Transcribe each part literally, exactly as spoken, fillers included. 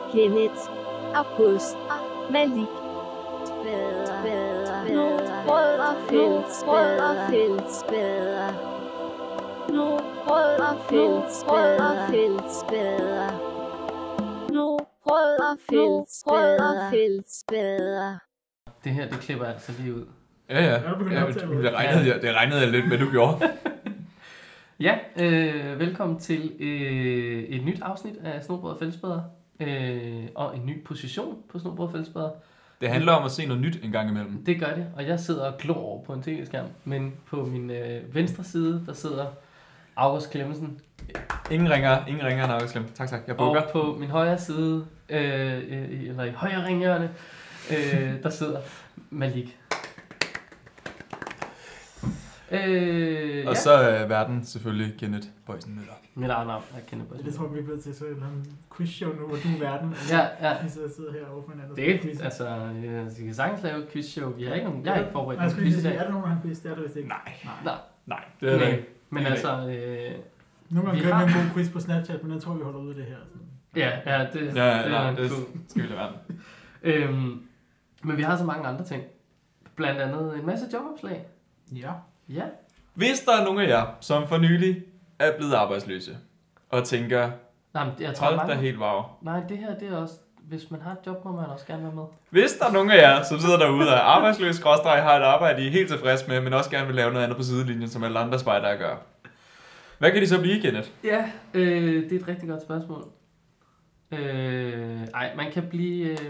Kenneth, August, Malik, Spader, Spader, nu rødder Fældspader, Fældspader, nu rødder Fældspader, Fældspader, nu rødder Fældspader, Fældspader. Det her, det klipper altså lige ud. Ja, ja. ja det, regnede jeg, det regnede jeg lidt med, du gjorde. Ja, øh, velkommen til øh, et nyt afsnit af Snobrød og Fældspader. Øh, og en ny position på Snobrød og Fældspader. Det handler om at se noget nyt en gang imellem. Det gør det, og jeg sidder og glor over på en tv-skærm. Men på min øh, venstre side, der sidder August Clemmensen. Ingen ringer, ingen ringer end August Clemmensen. Tak, tak. Jeg bukker. Og på min højre side, øh, øh, eller i højre ringhjørne, øh, der sidder Malik. Øh, og ja. så er verden selvfølgelig Kenneth Bøjsen Møller. Mit eget navn er Kenneth Bøjsen. Det tror jeg, vi er blevet til sådan en quizshow nu, hvor du er verden. Ja, ja. Vi sidder, sidder her over for hinanden. Det er, altså, vi kan sagtens lave et quizshow. Vi har ikke nogen, jeg har ikke forberedt nogen quiz i dag. Er der nogen, der har en quiz? Det er der vist ikke. Nej. Nej. Nej, det er det ikke. Men det altså... Øh, nogle gange kører vi en god quiz på Snapchat, men jeg tror, vi holder ud af det her. Ja, ja, det, ja, ja, det ja, er det cool. skal vi lade være. øhm, men vi har så mange andre ting. Blandt andet en masse jobopslag. Ja. Ja. Hvis der er nogen af jer, som for nylig er blevet arbejdsløse, og tænker, Nej, men jeg tror, hold mange... da helt wow. Nej, det her, det er også... Hvis man har et job, må man også gerne være med. Hvis der er nogen af jer, som sidder derude og er arbejdsløse, skråstreg, har et arbejde, I er helt tilfreds med, men også gerne vil lave noget andet på sidelinjen, som alle andre spejdere gør. Hvad kan de så blive, Kenneth? Ja, øh, det er et rigtig godt spørgsmål. Øh, ej, man kan blive øh,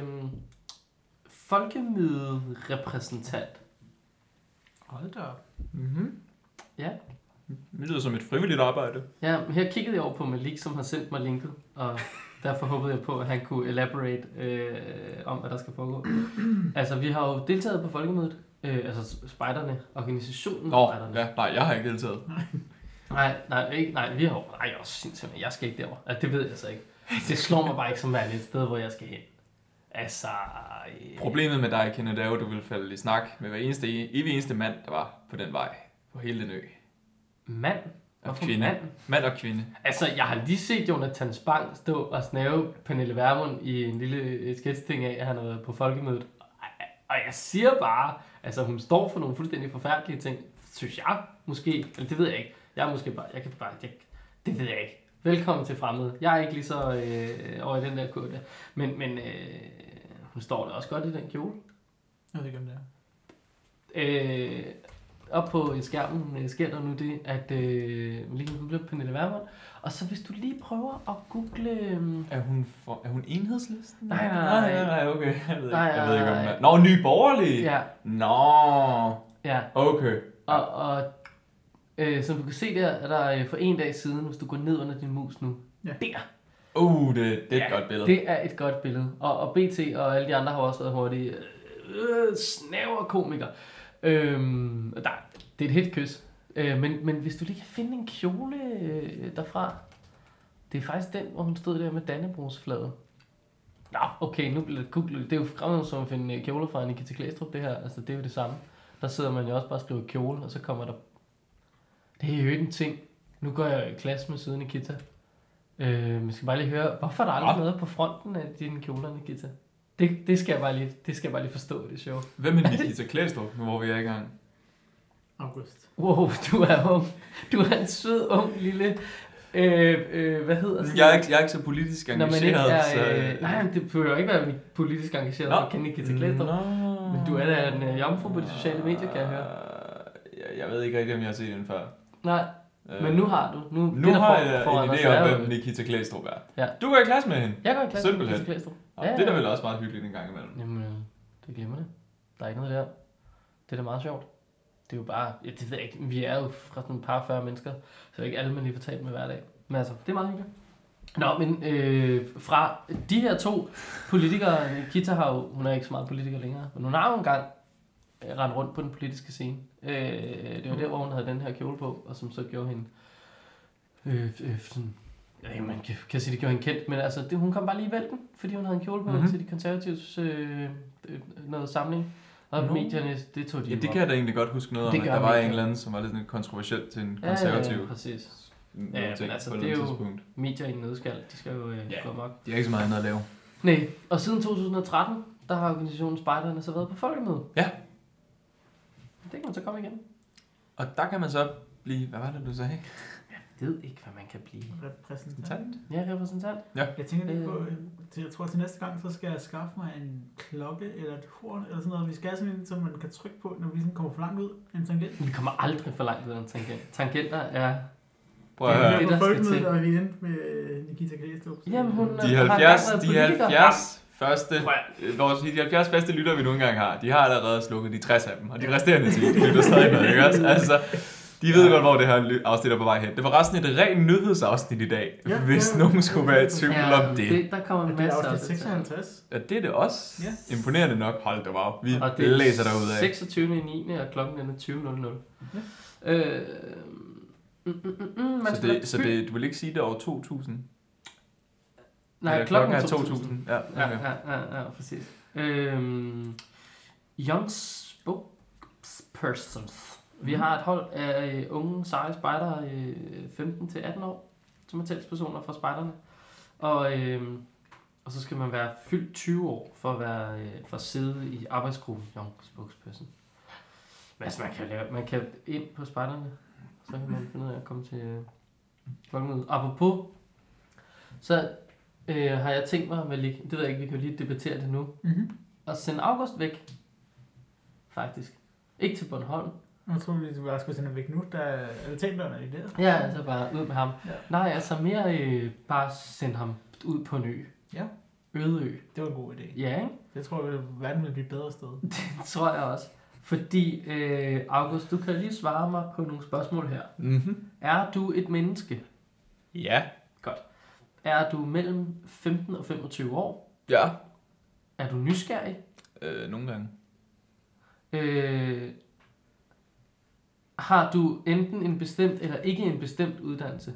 folkemøderepræsentant. Hold da op. Mm-hmm. Ja. Det lyder som et frivilligt arbejde. Ja, her kiggede jeg over på Malik, som har sendt mig linket, og derfor håbede jeg på, at han kunne elaborate øh, om, hvad der skal foregå. Altså, vi har jo deltaget på folkemødet, øh, altså spejderne, organisationen Nå, spejderne. ja, nej, jeg har ikke deltaget. Nej, nej, ikke, nej, vi har jo, nej, jeg er også sindssygt, jeg skal ikke derover. Altså, det ved jeg så ikke. Det slår mig bare ikke som værende et sted, hvor jeg skal hen. Altså... Øh... Problemet med dig, Kenneth, er jo, at du vil falde i snak med hver eneste, evig eneste mand, der var på den vej, på hele den ø. Mand? Og kvinde. Mand? Mand og kvinde. Altså, jeg har lige set Jonathan Spang stå og snave Pernille Vermund i en lille sketch-ting af, at han har været på folkemødet. Og jeg siger bare, altså hun står for nogle fuldstændig forfærdelige ting, synes jeg måske, eller det ved jeg ikke. Jeg er måske bare, jeg kan bare, jeg, det ved jeg ikke. Velkommen til fremmede. Jeg er ikke lige så øh, over i den der kode der. Men, men øh, hun står da også godt i den kjole. Jeg ved ikke, om det er. Øh, op på skærmen øh, sker der nu det, at øh, man lige kan google Pernille Vermund. Og så hvis du lige prøver at google... Øh, er, hun for, er hun enhedslisten? Nej, nej, nej. nej, nej okay. Jeg ved, nej, ikke, jeg ved ikke, om det er. nej. Nå, Nye Borgerlige? Ja. Nå. Ja. Okay. Og, og øh, som du kan se der, er der øh, for en dag siden, hvis du går ned under din mus nu, ja. Der. Uh, det, det er et ja, godt billede. Det er et godt billede. Og, og B T og alle de andre har også været hurtige. Øh, snæver komikere. Øhm, der, det er et helt kys. Øh, men, men hvis du lige kan finde en kjole øh, derfra, det er faktisk den, hvor hun stod der med Dannebrogsflaget. Nå, okay, nu bliver det googlet. Det er jo fremmed som at finde kjoler fra Nikita Klæstrup, det her. Altså, det er jo det samme. Der sidder man jo også bare og skriver kjole, og så kommer der... Det er jo ikke en ting. Nu går jeg i klasse med siden Nikita. Øh, vi skal bare lige høre, hvorfor er der aldrig noget på fronten af dine kjoler, Nikita? Det, det, skal jeg bare lige, det skal jeg bare lige forstå, det show. Hvem er Nikita Klæstrup, nu hvor vi er i gang? August. Wow, du er ung. Du er en sød, ung, lille... Øh, øh, hvad hedder det? Jeg er ikke, jeg er ikke så politisk engageret. Når man ikke er, så... øh, nej, det behøver jo ikke være politisk engageret for at kende Nikita Klæstrup. Men du er da en uh, jomfru på de sociale medier, kan jeg høre. Jeg, jeg ved ikke rigtig, om jeg har set den før. Nej, øh, men nu har du. Nu, nu det, har for, jeg for en idé om, hvem Nikita Klæstrup er. Ja. Du går i klasse med hende? Jeg går i klasse Simpelthen. med Nikita Klæstrup. Ja, ja. Det er da vel også meget hyggeligt en gang imellem. Jamen, det glemmer det. Der er ikke noget der. Det er da meget sjovt. Det er jo bare, ja, det ved jeg ikke, vi er jo fra sådan et par fyrre mennesker, så ikke alle, man lige får talt med hver dag. Men altså, det er meget hyggeligt. Nå, men øh, fra de her to politikere, Kita har jo, hun er ikke så meget politiker længere, men hun har jo engang rendt rundt på den politiske scene. Øh, det var der, hvor hun havde den her kjole på, og som så gjorde hende, øh, øh, sådan, ja, man kan, kan sige, det gjorde hende kendt, men altså, det, hun kom bare lige i vælten, fordi hun havde en kjole på mm-hmm. til de konservatives øh, noget samling. Og no. medierne, det tog de Ja, det kan jeg da egentlig godt huske noget om, at der var en eller anden, som var lidt kontroversielt til en konservativ. Ja, ja, præcis. Ja, men altså, det er jo medier i en nødskal. De skal jo øh, ja. gå amok. De har ikke så meget andet at lave. Nej, og siden to tusind og tretten, der har organisationen Spejderne så været på folkemøde. Ja. Det kan man så komme igen. Og der kan man så blive, hvad var det, du sagde? Jeg ved ikke, hvad man kan blive. Repræsentant. Ja, repræsentant. Jeg tænker lige på, Øh. til, jeg tror til næste gang, så skal jeg skaffe mig en klokke eller et horn, eller sådan noget. Vi skal have sådan en, som man kan trykke på, når vi sådan kommer for langt ud. En tangent. Vi kommer aldrig for langt ud af en tangent. Tangenter er... Prøv at Det er høre. det, på der skal folkemødet, til. og vi endte med Nikita Klæstrup. Jamen, hun De har halvfjerds, engang været de politiker. halvfjerds første, øh, vores, de halvfjerds faste lytter, vi nu engang har, de har allerede slukket de tres af dem, og de resterende ti lytter stadig med, ikke også? Altså, de ved godt, hvor det her ly- afsnit er på vej hen. Det var resten et rent nyhedsafsnit i dag, Ja, hvis ja. nogen skulle være i tvivl Ja, om det. det. Der kommer en Det er masse afsnit afsnit. seksoghalvtreds. Ja, det er det også. Ja. Imponerende nok. Hold da wow. Vi Og det er læser derude af. seksogtyvende niende og klokken er tyve nul nul. Ja. Øh, mm, mm, mm, mm, man Så, skal det, så det, du vil ikke sige det over to tusind? Nej, Eller klokken er to to tusind. tusind. Ja, Ja, okay. ja, ja, ja, præcis. Øhm, young spokespersons. Vi Mhm. har et hold af øh, unge, seje spejdere, øh, femten til atten år, som er talspersoner for spejderne. Og, øhm, og så skal man være fyldt tyve år for at, være, øh, for at sidde i arbejdsgruppen Young Spokesperson. Men altså, man kan, lave, man kan ind på spejderne, så kan man finde ud af at komme til øh, folkemødet. Apropos, så øh, har jeg tænkt mig, Malik, det ved jeg ikke, vi kan jo lige debattere det nu, Mhm. at sende August væk, faktisk. Ikke til Bornholm. Jeg tror, vi bare skulle sende væk nu, da altandøren er i der. Ja, altså bare ud med ham. Ja. Nej, altså mere øh, bare sende ham ud på en ø. Ja. Øde ø. Det var en god idé. Ja, ikke? Jeg tror, at verden vil blive et bedre sted. Det tror jeg også. Fordi, øh, August, du kan lige svare mig på nogle spørgsmål her. Mm-hmm. Er du et menneske? Ja. Er du mellem femten og femogtyve år? Ja. Er du nysgerrig? Øh, nogle gange. Øh, har du enten en bestemt eller ikke en bestemt uddannelse?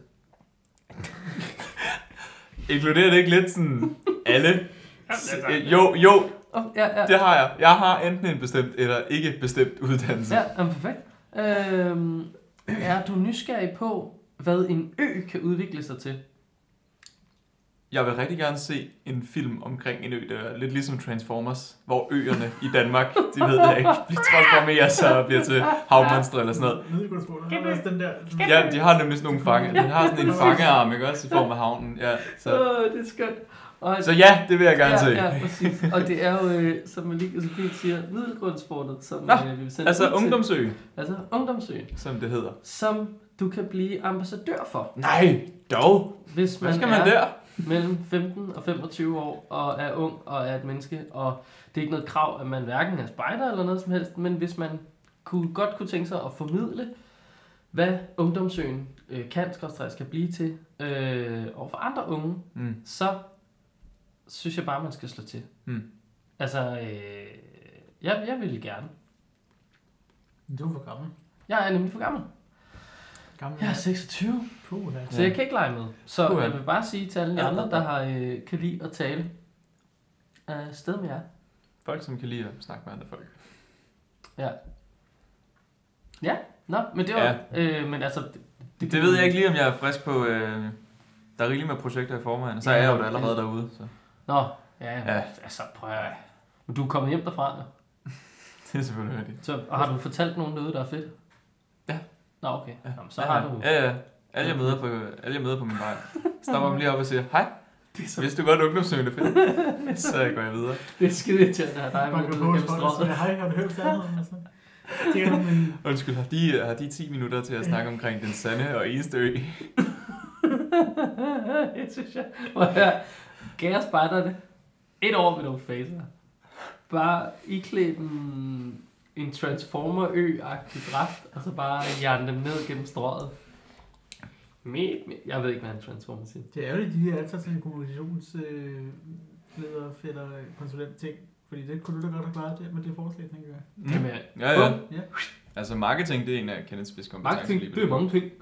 Inkluderer det ikke lidt sådan alle? Øh, jo, jo, Oh, ja, ja. det har jeg. Jeg har enten en bestemt eller ikke bestemt uddannelse. Ja, jamen, perfekt. Øhm, er du nysgerrig på, hvad en ø kan udvikle sig til? Jeg vil rigtig gerne se en film omkring en ø, der er lidt ligesom Transformers, hvor øerne i Danmark, de ved jeg ikke, bliver transformeret sig og bliver til havmonstre eller sådan noget. Middelgrundsskolen har også den der... Sådan, Ja, de har nemlig sådan nogle fange. Den har sådan en fangearm, ikke også, i form af havnen. Ja, så. Åh, det er skønt. Og, så ja, det vil jeg gerne ja, se. ja, præcis. Og det er jo, øh, som man lige så fint siger, Middelgrundsfortet, som Nå, øh, vi vil sende Altså ud til. ungdomsø, Altså ungdomsøen, som det hedder. som du kan blive ambassadør for, Nej, dog. hvis Hvad man skal er man der? mellem femten og femogtyve år, og er ung og er et menneske, og det er ikke noget krav, at man hverken er spejder eller noget som helst, men hvis man kunne, godt kunne tænke sig at formidle, hvad ungdomsøen øh, kan, skråstreg, skal blive til, øh, og for andre unge, Mm. så synes jeg bare, man skal slå til. Mm. Altså, øh, jeg, jeg vil gerne. Du er for gammel. Jeg er nemlig for gammel. Gammel. Jeg er seksogtyve, Puh, ja. så jeg kan ikke lege med. Så Puha. jeg vil bare sige til alle de andre, der har, øh, kan lide at tale, øh, sted med jer. Folk, som kan lide at snakke med andre folk. Ja. Ja, nå, men det var... Ja. Øh, men altså... Det, det ved jeg ikke lige, om jeg er frisk på. Øh, der er rigeligt med projekter i forvejen, så er jeg jo da allerede derude. Så. Nå, ja, ja. Ja. Altså, prøv at... Men du er kommet hjem derfra, ja. Det er selvfølgelig rigtigt. Så og har du fortalt nogen derude, der er fedt? Ja. Nå, okay. Ja. Jamen, så ja, har du... Ja, ja. Alle jeg møder på, alle jeg møder på min vej. Stopper dem lige op og siger, hej, Det er, så, hvis du godt ungdomsøen er fedt, så går jeg videre. det er skide irriterende at have dig Man med kan ude på gennem folk og sige, strået. hej, har du hørt sandheden? Altså. Det er nogle men Undskyld, har de, har de ti minutter til at snakke omkring den sande og eneste ø? Det synes jeg. Prøv at høre. Gære spejderne. Et år med nogle facer. Bare iklæde dem en Transformer-ø-agtig dragt, og så bare jern dem ned gennem strøget. Med, med. Jeg ved ikke, hvad en Transformer siger. det er jo de her altså sådan en kommunikationsleder, fætter, konsulent ting. Fordi det kunne du da godt have klaret det med det forslag, tænker jeg. Mm. Jamen, Ja, ja. Ja. Altså marketing, det er en af Kenneths spidskompetencer. marketing, det er mange ting.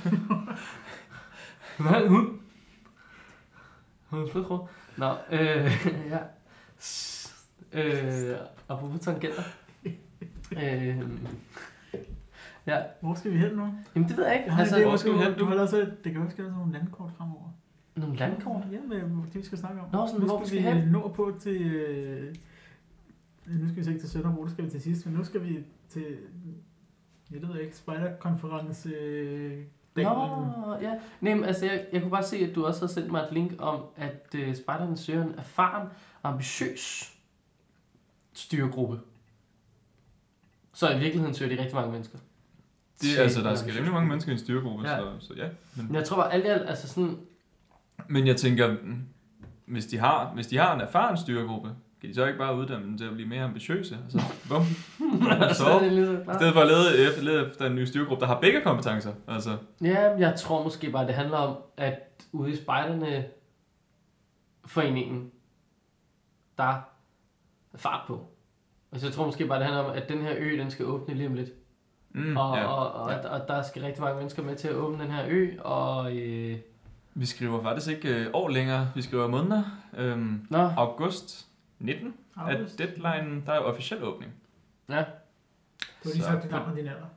Hvad er en hund? Hun er spidtråd. Nå, øh, ja. S- Øh, apropos tangenter. Øh, ja, Hvor skal vi hen nu? jamen det ved jeg ikke. Jeg har Altså, en idé, hvor hvor skal skal vi vi hen? Du har også, det kan også gøre sådan nogle landkort fremover. Nogle landkort? Ja, med det vi skal snakke om. Nå, sådan, nu hvor skal vi vi skal hen? nå på til... Øh, nu skal vi så ikke til Sønderbro, det skal vi til sidst, men nu skal vi til... Jeg ved ikke, spejderkonference... Øh, Nå, ja. Nej, men altså, jeg, jeg kunne bare se, at du også har sendt mig et link om, at øh, spejderne søger en erfaren, ambitiøs styregruppe. Så i virkeligheden søger de rigtig mange mennesker. Det, Til altså, der en skal ambitiøs rimelig mange mennesker i en styregruppe, Ja. så, så ja. Men, Men jeg tror bare alt i alt, altså sådan... men jeg tænker, mm, hvis de, har, hvis de har en erfaren styregruppe, kan de så ikke bare uddanne dem til at blive mere ambitiøse? Altså, bum. så er det lige så I klart. stedet for at lede efter, lede efter en ny styregruppe, der har begge kompetencer. Altså, Ja, jeg tror måske bare, det handler om, at ude i spejderne foreningen, der er fart på. Altså jeg tror måske bare, det handler om, at den her ø, den skal åbne lige om lidt. mm, Og, ja. og, og, Ja. og der skal rigtig mange mennesker med til at åbne den her ø, og... Øh, Vi skriver faktisk ikke øh, år længere, vi skriver måneder. Øhm, nå, august nitten er August. deadline, der er jo officiel åbning. ja. Du har lige Så- sagt dit navn og din alder.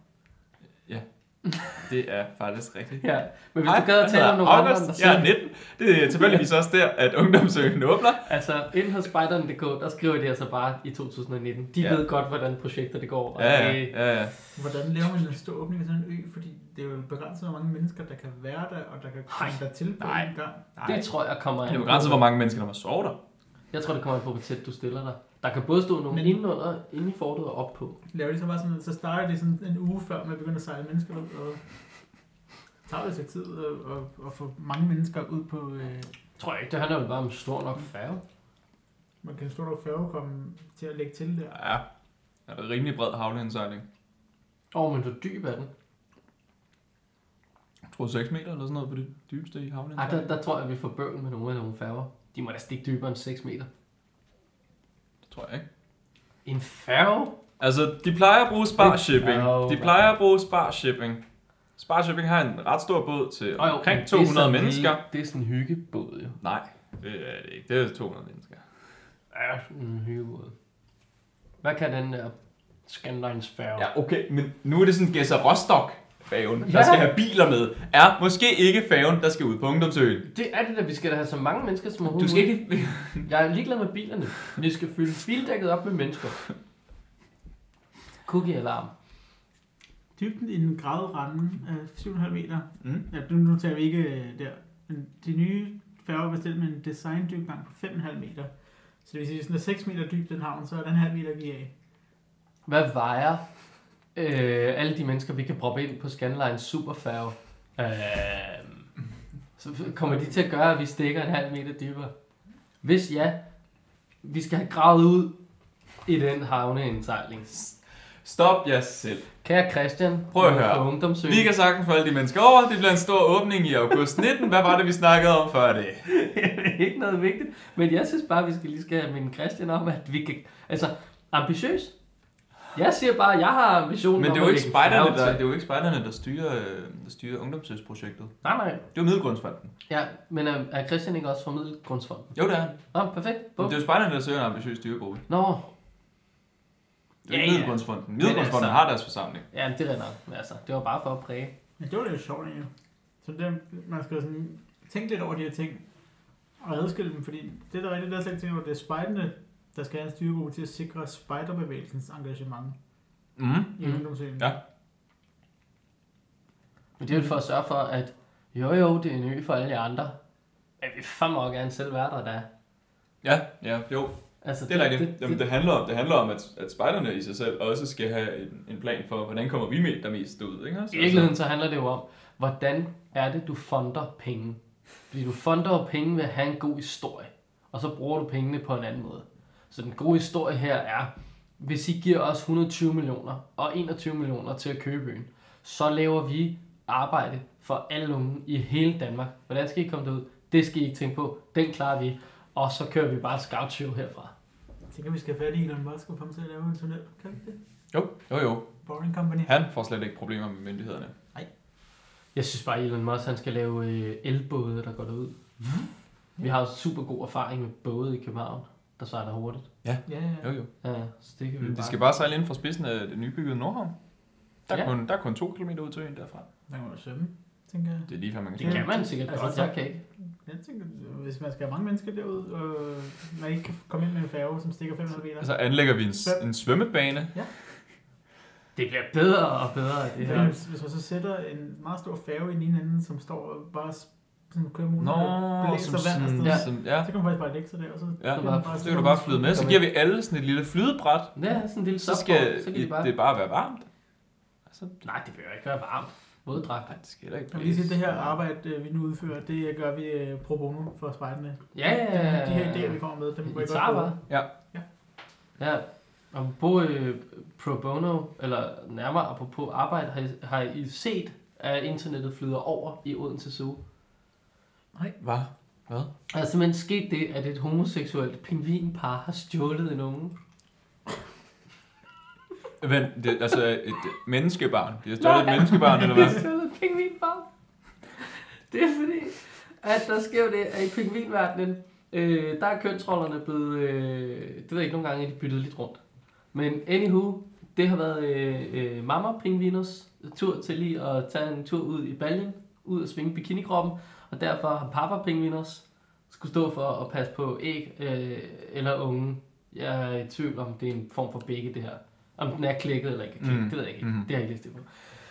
Det er faktisk rigtigt. Ja, men hvis Hej, du gad at jeg tale om hedder nogle andre, August, der jeg er nitten. Det er tilfældigvis også der, at ungdomsøen åbner. altså inden hos spejderne punktum d k, der skriver de altså bare i to tusind nitten. De Ja. ved godt, hvordan projekter det går. og Ja, ja, det- ja, ja. Hvordan laver man en stor åbning af sådan en ø? Fordi det er jo begrænset, hvor mange mennesker, der kan være der, og der kan komme der til på Nej. en gang. Det tror jeg kommer Det an er på. begrænset, hvor mange mennesker, der må sove der. Jeg tror, det kommer an på, hvor tæt du stiller dig. Der kan både stå nogen Men- indenunder, inde i fortet og op på. Laver de så bare sådan, så starter de sådan en uge før, med at begynde at sejle mennesker ud, og tager det sig tid at, at, at få mange mennesker ud på... Øh, Tror jeg ikke, det handler jo bare om stor nok færge. man kan stå der færge komme til at lægge til der. Ja, er der rimelig bred havneindsejling. Åh, oh, men hvor dyb er den? Jeg tror seks meter eller sådan noget på det dybeste i Ej, havneindsejling. der, der tror jeg, vi får bøvl med nogle af nogle færger. De må da stikke dybere end seks meter. Det tror jeg ikke. En færge? Altså, de plejer at bruge spar shipping. Ja, De plejer at bruge spar shipping. Spar shipping har en ret stor båd til Oh, jo, omkring men to det er hundrede sådan mennesker. en- Det er sådan en hyggebåd, jo. Nej, det er det ikke. Det er to hundrede mennesker. Ja, sådan en hyggebåd. Hvad kan den der Scandlines færge? Ja, okay, men nu er det sådan Gæsser Rostock færgen, der Ja. skal have biler med, er måske ikke færgen, der skal ud på Ungdomsøen. Det er det der, vi skal da have så mange mennesker som Du overhovedet skal muligt. ikke... Jeg er ligeglad med bilerne. Vi skal fylde bildækket op med mennesker. Cookie-alarm. Dybden i den gravede rende er syv komma fem meter. Mm. Ja, nu, nu tager vi ikke øh, der. Men de nye færger er bestilt med en design-dybgang på fem komma fem meter. Så det vil sige, hvis den er seks meter dyb, den havn, så er den halv meter vi af. Hvad vejer øh, alle de mennesker, vi kan proppe ind på Scandlines superfærge? Øh, så kommer de til at gøre, at vi stikker en halv meter dybere? Hvis ja, vi skal have gravet ud i den havneindsejling. Stop jer selv. Kære Christian, Prøv at ude høre. på Ungdomsøen. Vi kan sagtens få alle de mennesker over. Det bliver en stor åbning i august nitten. Hvad var det, vi snakkede om før det? Det er ikke noget vigtigt, men jeg synes bare, vi skal lige skal have min Christian om, at vi kan... Altså, ambitiøs. Jeg siger bare, at jeg har ambitionen Men om det er jo at ikke lægge spejderne, færge der, til. det er jo ikke spejderne, der styrer, øh, der styrer ungdomsøsprojektet. Nej, nej. Det er jo Middelgrundsfonden. Ja, men er, er Christian ikke også fra Middelgrundsfonden? Jo, det er han. Nå, perfekt. Men Bum. det er jo spejderne, der søger en ambitiøs styregruppe. Nå, Det er Ja, ikke ja. Middelgrundsfonden. Middelgrundsfonden altså- har deres forsamling. ja, det er nok. Men altså, det var bare for at præge. Men det var lidt sjovt, jo. Så det, man skal sådan tænke lidt over de her ting, og adskille dem, fordi det er der rigtigt, der er slet ikke tænkt over, det er spejderne, der skal have en styregruppe til at sikre spejderbevægelsens engagement Mm. i Mm. ungdomsøen. Ja. Men det er jo for at sørge for, at jo jo, det er en ø for alle jer andre. Men vi fandme også gerne selv være der, der. Ja, ja, jo. Altså, Det er rigtigt. Det, Jamen, det, det handler om, det handler om at, at spejderne i sig selv også skal have en, en plan for, hvordan kommer vi med der mest ud. Ikke? Altså, I virkeligheden så handler det jo om, hvordan er det, du fonder penge. Fordi du fonder jo penge ved at have en god historie, og så bruger du pengene på en anden måde. Så den gode historie her er, hvis I giver os et hundrede og tyve millioner og enogtyve millioner til at købe øen, så laver vi arbejde for alle unge i hele Danmark. Hvordan skal I komme derud? Det skal I ikke tænke på. Den klarer vi. Og så kører vi bare scout show herfra. Jeg tænker, vi skal have fat i Elon Musk og få ham til at lave en tunnel. Kan vi det? Jo, jo, jo. Boring Company. Han får slet ikke problemer med myndighederne. Jeg synes bare, Elon Musk han skal lave øh, elbåde, der går derud. Vi har jo super god erfaring med både i København, der sejler hurtigt. Ja, ja, Jo, ja. jo. Ja, så det kan vi De bare... skal bare sejle ind fra spidsen af det nybyggede Nordhavn. Der er, Ja. kun, der er kun to kilometer ud til øen derfra. Der kan man jo svømme, tænker jeg. Det er lige før man kan Det svømme. kan man sikkert Altså, godt, så- jeg kan ikke. Ja, Jeg tænker, hvis man skal have mange mennesker derud, og man ikke kan komme ind med en færge, som stikker fem hundrede meter. Så anlægger vi en, en svømmebane. Ja. Det bliver bedre og bedre, det her. Hvis, hvis man så sætter en meget stor færge i den ene ende, som står og bare sådan kører muligt, Nå, og blæser som vand sådan, afsted, ja. ja. Som, ja. så kan man faktisk bare lægge sig der, og så, Ja. kan man bare Så kan du bare flyde med. Så giver vi alle sådan et lille flydebræt. Ja, sådan en lille Så softball, skal så kan de bare... det bare være varmt. Altså, Nej, det behøver ikke være varmt. Våddragt. nej, det skal heller ikke Jeg vil lige sige, blæse. det her arbejde, vi nu udfører, det gør vi øh, pro bono for spejderne. Ja, ja, ja. De her idéer, vi kommer med, dem må I I tager godt bare. bruge. Ja. Ja, og bo øh, pro bono, eller nærmere apropos arbejde, har I, har I set, at internettet flyder over i Odense Zoo? Hvad? Hvad? Der er simpelthen sket det, at et homoseksuelt pingvinpar har stjålet en unge. Vent, det, altså et menneskebarn. De har stjålet et menneskebarn, eller Det er hvad? stjålet et pingvinbarn. Det er fordi, at der sker jo det, at i pingvinverdenen, øh, der er kønsrollerne blevet, øh, det ved jeg ikke, nogle gange er de byttet lidt rundt. Men anywho, det har været øh, øh, mamma pingviners tur til lige at tage en tur ud i baljen, ud og svinge bikinikroppen, og derfor har papa pingviners skulle stå for at passe på æg øh, eller unge. Jeg er i tvivl om, det er en form for begge det her. Om den er klækket eller ikke er klækket, Mm. det ved jeg ikke. Mm. Det har jeg ikke læst det på.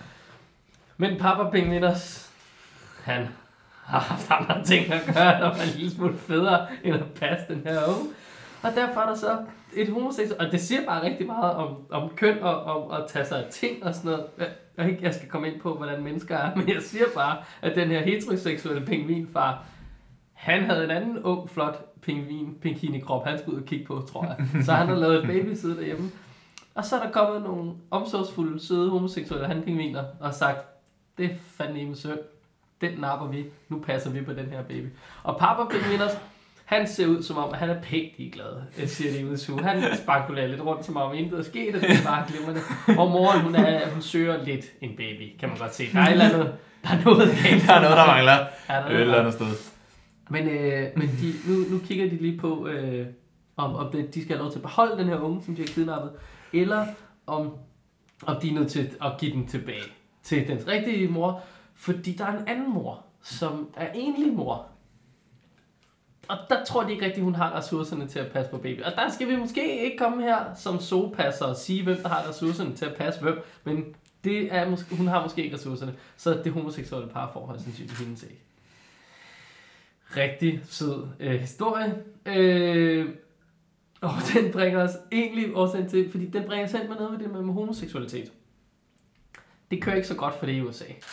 Men papa pingviners, han har haft andre ting at gøre, der var en lille smule federe, end at passe den her unge. Og derfor er der så et homoseksuelt, og det siger bare rigtig meget om, om køn og om at tage sig af ting og sådan noget. Jeg, ikke, jeg skal komme ind på, hvordan mennesker er, men jeg siger bare, at den her heteroseksuelle pingvinfar, han havde en anden ung, flot pingvin, bikini-krop, han skulle ud og kigge på, tror jeg. Så han har lavet et baby sidde derhjemme. Og så er der kommet nogle omsorgsfulde, søde homoseksuelle handpingviner og sagt, det er fandme synd. Den napper vi. Nu passer vi på den her baby. Og papa pingviners, han ser ud som om, at han er pænt ligeglad, siger de ude i zoo. Han spankulerer lidt rundt, som om intet er sket, og det er bare glimrende. Og moren, hun, er, hun søger lidt en baby, kan man godt se. Der er et eller andet, der er noget galt. Der er noget, der mangler. Ja, der er Et noget, eller der andet sted. Men, øh, men de, nu, nu kigger de lige på, øh, om, om det, de skal have lov til at beholde den her unge, som de har kidnappet, eller om, om de er nødt til at give den tilbage til dens rigtige mor, fordi der er en anden mor, som er enlig mor. Og der tror de ikke rigtig, hun har ressourcerne til at passe på baby. Og der skal vi måske ikke komme her som zoopasser og sige, hvem der har ressourcerne til at passe hvem, men det er måske, hun har måske ikke ressourcerne, så det homoseksuelle par får højst sandsynligt hendes ikke. Rigtig sød øh, historie. Øh, og den bringer os egentlig også til, fordi den bringer os hen med noget med det med, med homoseksualitet. Det kører ikke så godt for det i U S A.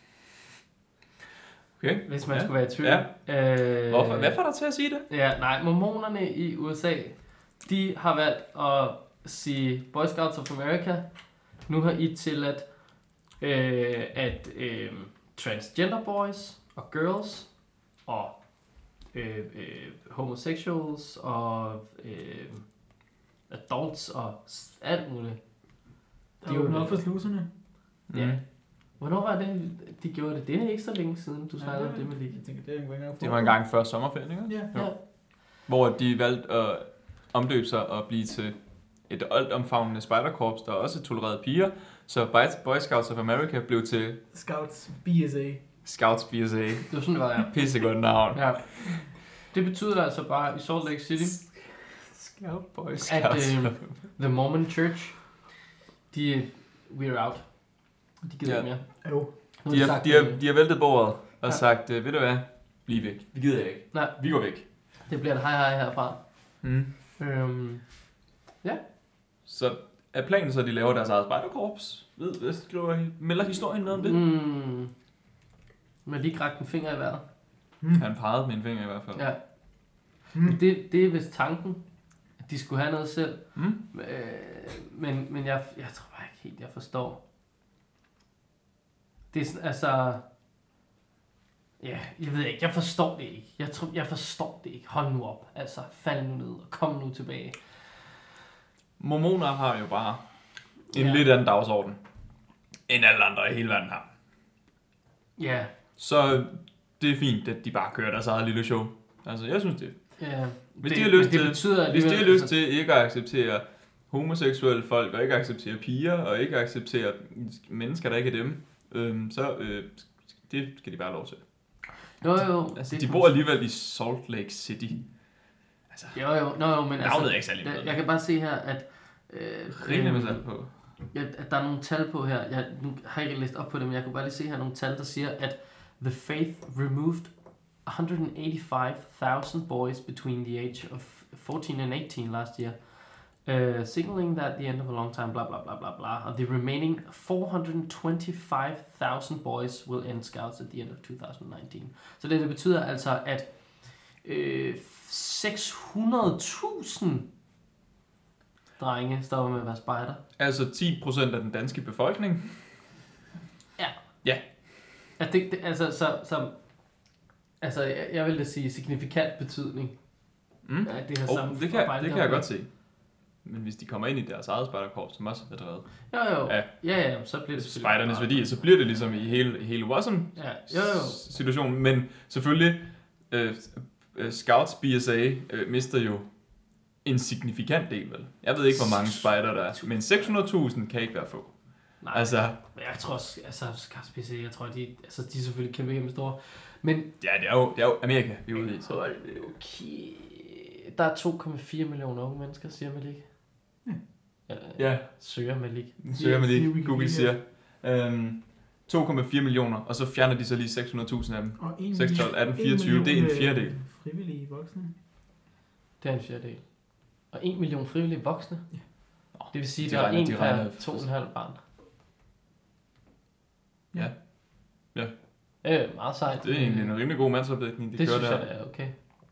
Okay. Hvis man Ja. skulle være i tvivl. Ja. Øh, Hvorfor? Hvad får dig til at sige det? Ja, nej, mormonerne i U S A, de har valgt at sige Boy Scouts of America, nu har I tilladt, øh, at øh, transgender boys og girls og øh, øh, homosexuals og øh, adults og s- alt muligt. Der De er åbnet jo- op for sluserne. Mm. Ja. Hvornår var det, de gjorde det? Det er ikke så længe siden, du snakkede om det med lige. Jeg tænker, det er en god gang. Det var en gang før sommerferien, ikke? Ja. Ja. Hvor de valgte at omdøbe sig og blive til et altomfavnende spejderkorps, der også tolererede piger. Så Boy Scouts of America blev til Scouts B S A. Scouts B S A. Det var sådan, det var, ja. Pissegodt navn. ja. Det betyder altså bare i Salt Lake City, Scout Boy at Scouts. øh, The Mormon Church, de we're out. De gider Ja. ikke mere. Jo. Nu De har, sagt, de, har, øh, de har væltet bordet og Ja. sagt, ved du hvad, vi er væk. Vi gider ikke. Nej. Vi går væk. Det bliver et hej hej herfra. Mm. Øhm, Så er planen så, at de laver deres eget spejderkorps? Ved, hvad skriver I? Melder historien noget om det? Mm. mm, med lige kragt en finger i vejret. Mm. Han pegede med en finger i hvert fald. Ja. Mm. Det, det er vist tanken, at de skulle have noget selv. Mm. Øh, men men jeg, jeg tror bare ikke helt, jeg forstår. Det er sådan, altså... Ja, jeg ved ikke, jeg forstår det ikke. Jeg, tror, jeg forstår det ikke. Hold nu op. Altså, fald nu ned og kom nu tilbage. Mormoner har jo bare en Ja. lidt anden dagsorden, end alle andre i hele verden har. Ja, Så det er fint, at de bare kører deres eget lille show. Altså, jeg synes det. ja. Hvis det, de har lyst men det til- betyder Hvis de har alligevel- lyst til ikke at acceptere homoseksuelle folk, og ikke acceptere piger, og ikke acceptere mennesker, der ikke er dem, øhm, så øh, det skal de bare have lov til. Jo, jo. Altså, det de kan bor man- alligevel i Salt Lake City. Altså, Jo, jo. Nå, jo, men navnet altså... er ikke særlig jeg, bedre. jeg kan bare se her, at... Øh, Rimelig med øhm, salg på. at, at der er nogle tal på her. Jeg nu har jeg ikke læst op på det, men jeg kunne bare lige se her nogle tal, der siger, at The Faith removed one hundred eighty-five thousand boys between the age of fourteen and eighteen last year, uh, signaling that the end of a long time, blah, blah, blah, blah, blah. And the remaining four hundred twenty-five thousand boys will end Scouts at the end of two thousand nineteen. Så det, det betyder altså, at øh, seks hundrede tusind drenge stopper med at være spejder. Altså ti procent af den danske befolkning. Altså, det, det, altså, så, så, altså, jeg, jeg vil da sige signifikant betydning. Mm. At det her Oh, sammen det kan, det kan jeg godt se. Men hvis de kommer ind i deres eget spejderkorps, som også er drevet Jo, jo. Ja. Ja, ja, så bliver det selvfølgelig spejdernes bare- værdi, så bliver det ligesom i hele, i hele Wasm Ja, jo, jo. situationen. Men selvfølgelig, øh, øh, Scouts B S A øh, mister jo en signifikant del, vel? Jeg ved ikke, hvor mange spejder der er, men seks hundrede tusind kan ikke være få. Nej, Altså, men jeg tror også, altså, Scouts P C, jeg tror, de, altså, de er selvfølgelig kæmpe, kæmpe store. Men, ja, det er jo, det er jo Amerika, vi er ude i. Så. hold nu okay. Der er to komma fire millioner unge mennesker, siger Malik. Ja. Eller, Ja, søger Malik. søger man siger lige, Wikipedia. Google siger. Øhm, to komma fire millioner, og så fjerner de så lige seks hundrede tusind af dem. Og en seks, tolv, atten, en fireogtyve, det er en million, fjerdedel. øh, Frivillige voksne. Det er en fjerdedel. Og en million frivillige voksne. Ja. Det vil sige, De at der er regner- en de regner- per to og en halv barn. Ja. Ja. Øh, meget sejt. Det er egentlig en rimelig god mandsopdækning, de Det kører synes der. jeg, det er okay.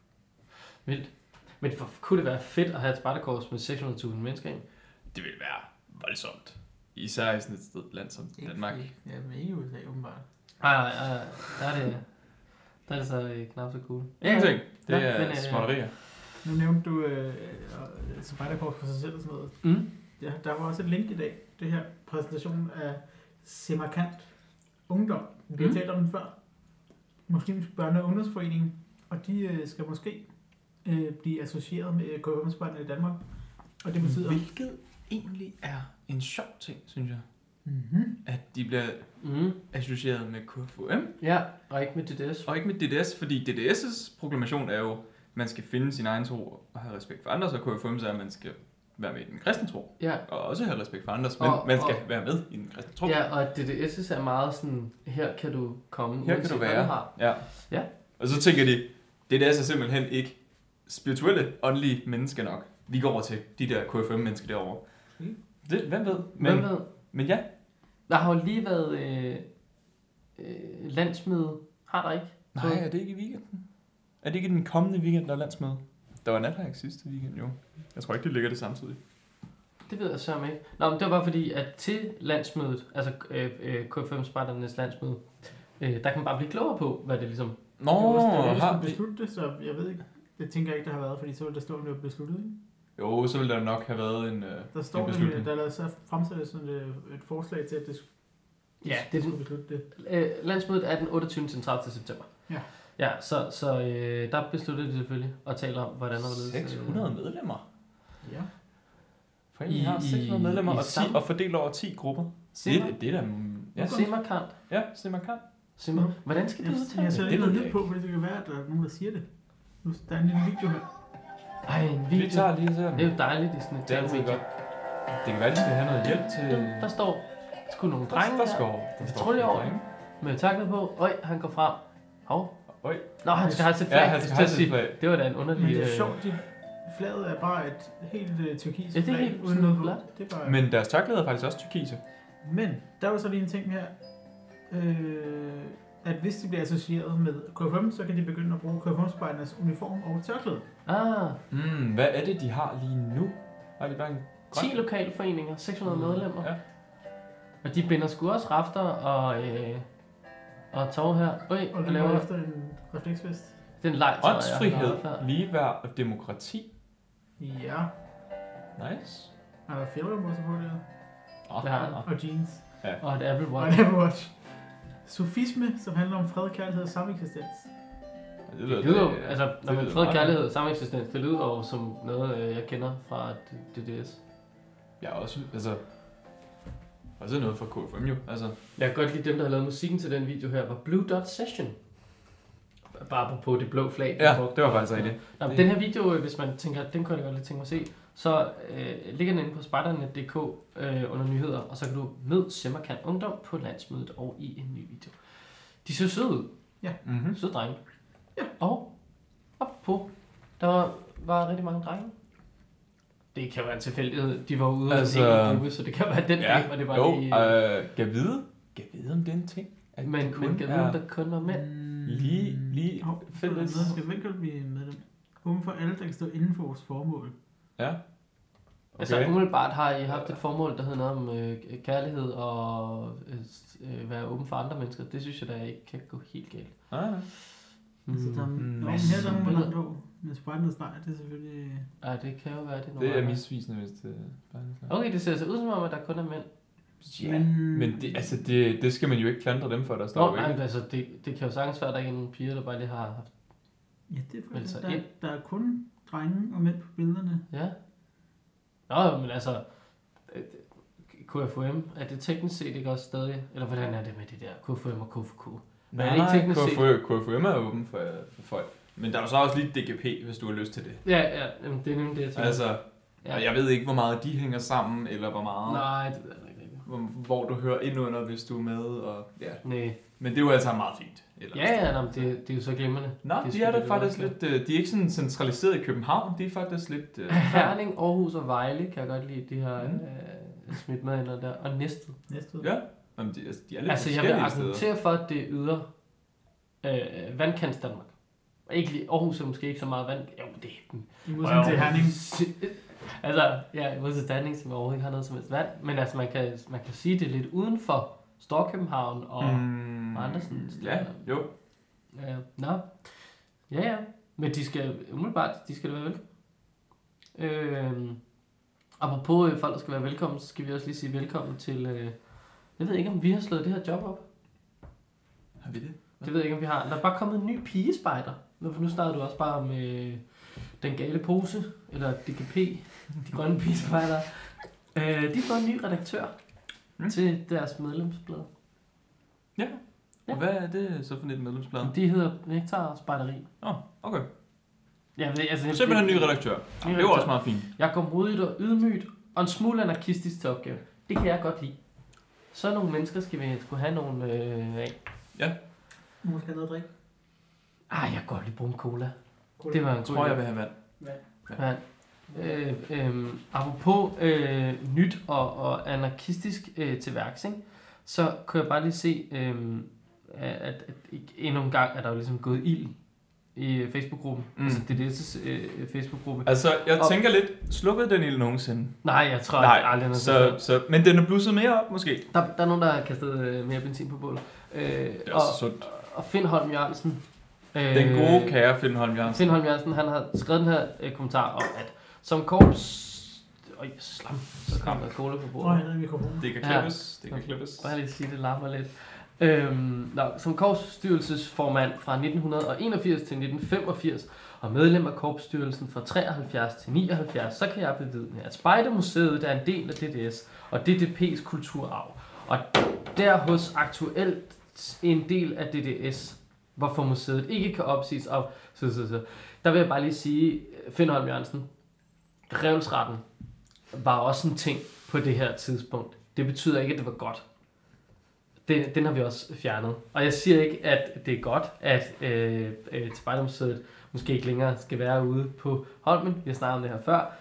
Vildt. Men for, kunne det være fedt at have et spartakorps med seks hundrede tusind mennesker i? Det vil være voldsomt. Især i sådan et sted, land som Danmark. Ja, men ikke i U S A, åbenbart. Nej, nej, nej. Der er det, der er det så øh, knap så cool. Ingenting. Det Ja, er men, øh, småtterier. Nu nævnte du øh, Spejderkorps for sig selv og sådan noget. Mm. Ja, der var også et link i dag. Det her præsentation af Semarkant Ungdom. Vi har Mm. talt om den før. Muslimsk Børne- og Ungdomsforening. Og de øh, skal måske øh, blive associeret med K F M-spejderne i Danmark. Og det betyder... Hvilket egentlig er en sjov ting, synes jeg. Mm-hmm. At de bliver Mm. associeret med K F U M. Ja, og ikke med D D S. Og ikke med D D S, fordi D D S' proklamation er jo, at man skal finde sin egen tro og have respekt for andres, og K F U M så er, at man skal være med i den kristne tro. Ja, Og også have respekt for andres, men Og- man skal og- være med i den kristne tro. ja, og D D S er meget sådan, her kan du komme, Her kan uanset du hvad være. har. Ja. Ja. Og så tænker de, D D S er simpelthen ikke spirituelle, åndelige mennesker nok. Vi går over til de der K F M-mennesker derovre. Mm. Det, hvem ved? Men, Hvem ved? men ja, Der har jo lige været øh, øh, landsmøde. Har der ikke? nej, er det ikke i weekenden? Er det ikke den kommende weekend, der er landsmøde? Der var nathajk sidste weekend, jo. Jeg tror ikke, det ligger det samtidig. Det ved jeg så ikke. Nå, men det var bare fordi, at til landsmødet, altså øh, øh, K F M-spejdernes landsmøde, øh, der kan man bare blive klogere på, hvad det ligesom... Nå, Det var også det, vi har skulle vi... beslutte det, så jeg ved ikke. Det tænker jeg ikke, der har været, fordi så ville der stå, at det var besluttet, ikke? Jo, så ville der nok have været en, øh, Der står en det, beslutning. der er så fremsat sådan et, et forslag til, at det, Ja, det det, skulle beslutte det. øh, landsmødet er den otteogtyvende til tredivte september. Ja. Ja, så, så øh, der besluttede de selvfølgelig at tale om, hvordan og hvorledes... seks hundrede medlemmer. Ja. Foreningen har I- seks hundrede medlemmer i og, ti, sammen- og fordelt over ti grupper. Simmer. Det, det er da... Ja, Simmerkant. ja, Simmerkant. Simmer. Hvordan skal det Jeg, udtale jeg så det? det lige ved noget jeg nyt på, fordi det kan være, at der er nogen, der siger det. Nu, der er en lille video her. Ej, en video. Vi tager lige sådan. Det er jo dejligt i sådan et Det er altid talmedie. godt. Det kan være, at de skal have noget hjælp til... Der står sgu nogle drenge der, her står, der Det står tror jeg over. drenge. med takket på. Øj, han går frem. Hov. Øj. Nå, han skal have sit Ja, flag. han skal Jeg have skulle sit til at flag. sige, det var da en underlig... Men det er øh, sjovt, de flaget er bare et helt uh, tyrkisk Ja, det er flag, helt uden noget på. fladt. Det er bare... Men deres tørklæder er faktisk også tyrkise. Men der er jo så lige en ting her, øh, at hvis de bliver associeret med K F M, så kan de begynde at bruge K F M-spejdernes uniform og tørklæde. Ah, Mm, hvad er det, de har lige nu? Har de bare en grøn? ti lokale foreninger, seks hundrede medlemmer. Ja. Og de binder sgu også rafter og, øh, og tov her. Øj, Og hvad det laver går jeg? efter en refleksvest. Det er en leg, tror jeg. Åndsfrihed, jeg har. ligeværd og demokrati. Ja, Nice. er der fjellerummer på det? Oh, Det har han. Og jeans. Og et Apple Og Watch. en Apple Watch. Sofisme, som handler om fred, kærlighed og sameksistens. Det Det lyder jo, altså, når det man lyder fred, meget. kærlighed og sameksistens, det lyder jo som noget, øh, jeg kender fra D D S. Ja, også, altså... Også noget fra K F M jo, altså... Jeg kan godt lide dem, der har lavet musikken til den video her, var Blue Dot Session. bare på det blå flag. Ja, det var faktisk rigtigt. Nå, den her video, hvis man tænker, den kunne jeg godt lidt tænke mig at se, så øh, ligger den inde på spejderne punktum d k øh, under nyheder, og så kan du møde Semmerkant Ungdom på landsmødet og i en ny video. De ser søde ud. Ja. Mm-hmm. Søde drenge. Ja. Og op på, der var, var rigtig mange drenge. Det kan være en tilfældighed. De var ude altså, af en gruppe, så det kan være den ja, dag, hvor det var jo, lige... øh, kan vide, kan vide om det er en ting. At Men, men kan vide, om der kun var mænd. Lige, lige Hov, fælles. så skal vi blive med dem. Åben for alle, der kan stå inden for vores formål. Ja. Okay. Altså umiddelbart har I haft et formål, der hedder noget om øh, kærlighed og øh, være åben for andre mennesker. Det synes jeg da ikke kan gå helt galt. Ah, ja. Mm. Så der er Mm, nogen masse her, der må billeder. langt på. Med spejlende streg, det er selvfølgelig... Ja, det kan jo være, det er Det er nogle misvisende, hvis det er Okay, det ser så ud som om, at der kun er mænd. Ja, men det, altså det, det skal man jo ikke klandre dem for, der står Nå, ikke. nej, altså det, det kan jo sagtens være, at der ikke er nogen piger, der bare lige har haft... Ja, det er Meld faktisk, sig der, ind. der er kun drenge og mænd på billederne. Ja. Nå, men altså... øh, K F U M, er det teknisk set ikke også stadig? Eller hvordan er det med det der? K F U M og K F U K? Nej, er det ikke teknisk set? K F U M er åben for, for folk. Men der er jo så også lige D G P, hvis du har lyst til det. Ja, ja, jamen, det er nemlig det, jeg tænker. Altså, ja. og jeg ved ikke, hvor meget de hænger sammen, eller hvor meget... Nej, det ved jeg ikke. Hvor, hvor du hører ind under, hvis du er med, og ja. Nej. Men det er jo altså meget fint. Eller Ja, ja, nå, det, det er jo så glimrende. Nå, det de er da faktisk lidt... øh, De er ikke sådan centraliseret i København, de er faktisk lidt... Uh, Herning, Aarhus og Vejle kan jeg godt lide, de har Mm. øh, smidt med ind der. Og Næstved. Næste ud. ja, jamen, de, altså, de er lidt Altså, jeg vil forskellige steder. argumentere for, at det yder øh, vandkants Danmark. Ikke lige, Aarhus er måske ikke så meget vand... Jo, det er... I modsætning til Herning. Altså, ja, i modsætning til Herning, som overhovedet ikke har noget som helst vand. Men altså, man kan, man kan sige, det er lidt uden for Storkøbenhavn og, mm. og andre sådan steder. Ja, jo. Ja, nå. Ja, ja. Men de skal, umiddelbart, de skal da være velkommen. Øh, apropos folk, der skal være velkommen, så skal vi også lige sige velkommen til... Øh, jeg ved ikke, om vi har slået det her job op. Har vi det? Det ved jeg ikke, om vi har. Der er bare kommet en ny pigespejder. Nu nu startede du også bare med den gale pose, eller D G P, de grønne pigespejder. Øh, de har fået en ny redaktør mm. til deres medlemsblad. Ja. Ja. Og hvad er det så for et medlemsblad? De hedder Nektar Spejderi. Åh, oh, okay. Jeg ved, altså, Simpelthen en ny redaktør. Ny det er jo også meget fint. Jeg går modigt og ydmygt, og en smule anarkistisk til opgave. Det kan jeg godt lide. Så nogle mennesker skal vi skulle have nogle øh, af. Ja. Nogen skal have noget at drikke. Ah, jeg kan godt lide brun cola. Det var en Jeg god tror, idé. jeg vil have vand. Ja. Øh, øh, apropos øh, nyt og, og anarkistisk øh, til værks, ikke? Så kunne jeg bare lige se, øh, at, at endnu en gang er der jo ligesom gået ild i Facebook-gruppen. Mm. Altså D D S' øh, Facebook-gruppe. Altså, jeg Og- tænker lidt, slukkede den ild nogensinde? Nej, jeg tror Nej, ikke aldrig noget. så, så, men den er blusset mere op, måske. Der, der er nogen, der har kastet øh, mere benzin på bålet. Øh, Det er og, også sundt. og Finn Holm Jørgensen. Øh, Den gode kære Finn Holm Jørgensen. Finn Holm Jørgensen, han har skrevet den her øh, kommentar om, at som korps... Øj, slam. Så kom der cola på Prøv bordet. at have mikrofonen. Det kan Ja. klippes. Det kan Okay. klippes. Bare lige sige, det larmer lidt. Øhm, nå, som korpsstyrelsesformand fra nitten enogfirs til nitten femogfirs og medlem af korpsstyrelsen fra treoghalvfjerds til nioghalvfjerds, så kan jeg bevidne, at Spejdermuseet er en del af D D S og D D P's kulturarv. Og der hos aktuelt en del af D D S, hvorfor museet ikke kan opsiges op. Så, så, så. Der vil jeg bare lige sige, Finn Holm Jørgensen, revsretten var også en ting på det her tidspunkt. Det betyder ikke, at det var godt. Den, den har vi også fjernet. Og jeg siger ikke, at det er godt, at øh, øh, Spejdermuseet måske ikke længere skal være ude på Holmen. Vi har snakket om det her før.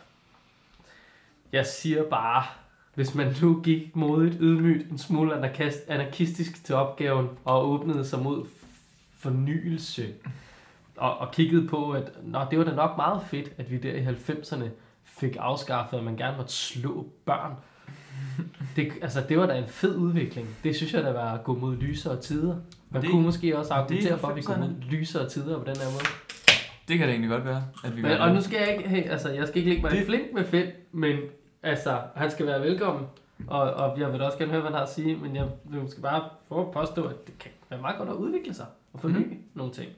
Jeg siger bare, hvis man nu gik modigt, ydmygt, en smule anarkist, anarkistisk til opgaven og åbnede sig mod fornyelse og, og kiggede på, at nå, det var da nok meget fedt, at vi der i halvfemserne fik afskaffet, at man gerne måtte slå børn. Det, altså, det var da en fed udvikling. Det synes jeg da var at gå mod lysere tider. Man det- kunne måske også argumentere for, at vi går mod halvfemserne. lysere tider på den her måde. Det kan det egentlig godt være, at vi Men, gør og det. nu skal jeg ikke, hey, altså, jeg skal ikke lægge mig Det- i flink med Finn, men altså, han skal være velkommen. Og, og jeg vil da også gerne høre, hvad han har at sige, men jeg vil måske bare prøve at påstå, at det kan være meget godt at udvikle sig og forny mm. nogle ting.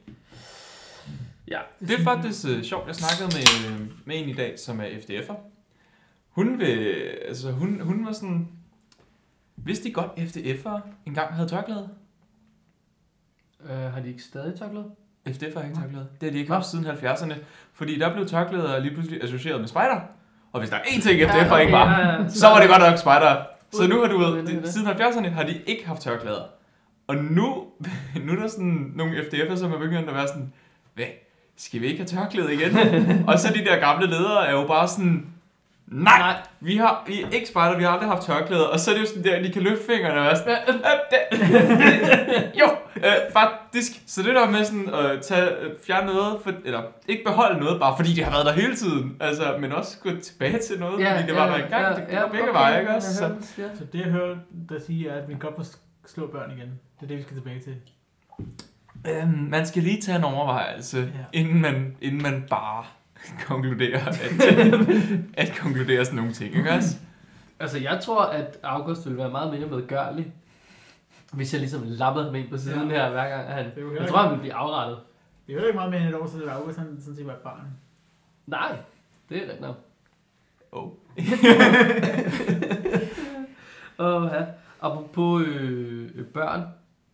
Ja. Det er faktisk uh, sjovt. Jeg snakkede med, med en i dag, som er F D F'er. Hun, vil, altså, hun, hun var sådan... Vidste de godt, F D F'er engang havde tørklæde? Øh, har de ikke stadig tørklæde? F D F har ikke tørklæder. Det har de ikke haft siden halvfjerdserne. Fordi der blev tørklæder lige pludselig associeret med spejder. Og hvis der er én ting, F D F Ja, har ikke okay, var, ja, ja. så var det godt nok spejder. Så nu har du Ud- ved, de, siden halvfjerdserne har de ikke haft tørklæder. Og nu, nu er der sådan nogle F D F'er, som er begyndt at være sådan, hvad, skal vi ikke have tørklæde igen? Og så de der gamle ledere er jo bare sådan, nej, Nej. vi har vi er ikke spejder, vi har aldrig haft tørklæder. Og så er det jo sådan der, de kan løfte fingrene og være sådan, øh, det, jo, øh, faktisk. Så det der med sådan at øh, tage, øh, fjerne noget, for, eller ikke beholde noget, bare fordi det har været der hele tiden. Altså, men også gå tilbage til noget, Ja, fordi det var ja, der engang. ja, det går ja, begge okay, veje, ikke jeg også? Så, hører den, ja. Så det, jeg hører der sige, er, at vi godt må slå børn igen. Det er det, vi skal tilbage til. øhm, man skal lige tage en overvejelse, Ja. inden, man, inden man bare konkluderer, at, at konkludere sådan nogle ting, ikke også? Altså, jeg tror, at August ville være meget mere medgørlig, hvis jeg ligesom lappede ham ind på siden Ja. her, hver gang han... Det er jo Jeg heller tror, han ville blive afrettet. Det er jo ikke meget mere end et år siden, at August han sådan set var et barn. Nej, det er rigtigt nok. Oh. Åh, ja. Apropos øh, øh, børn.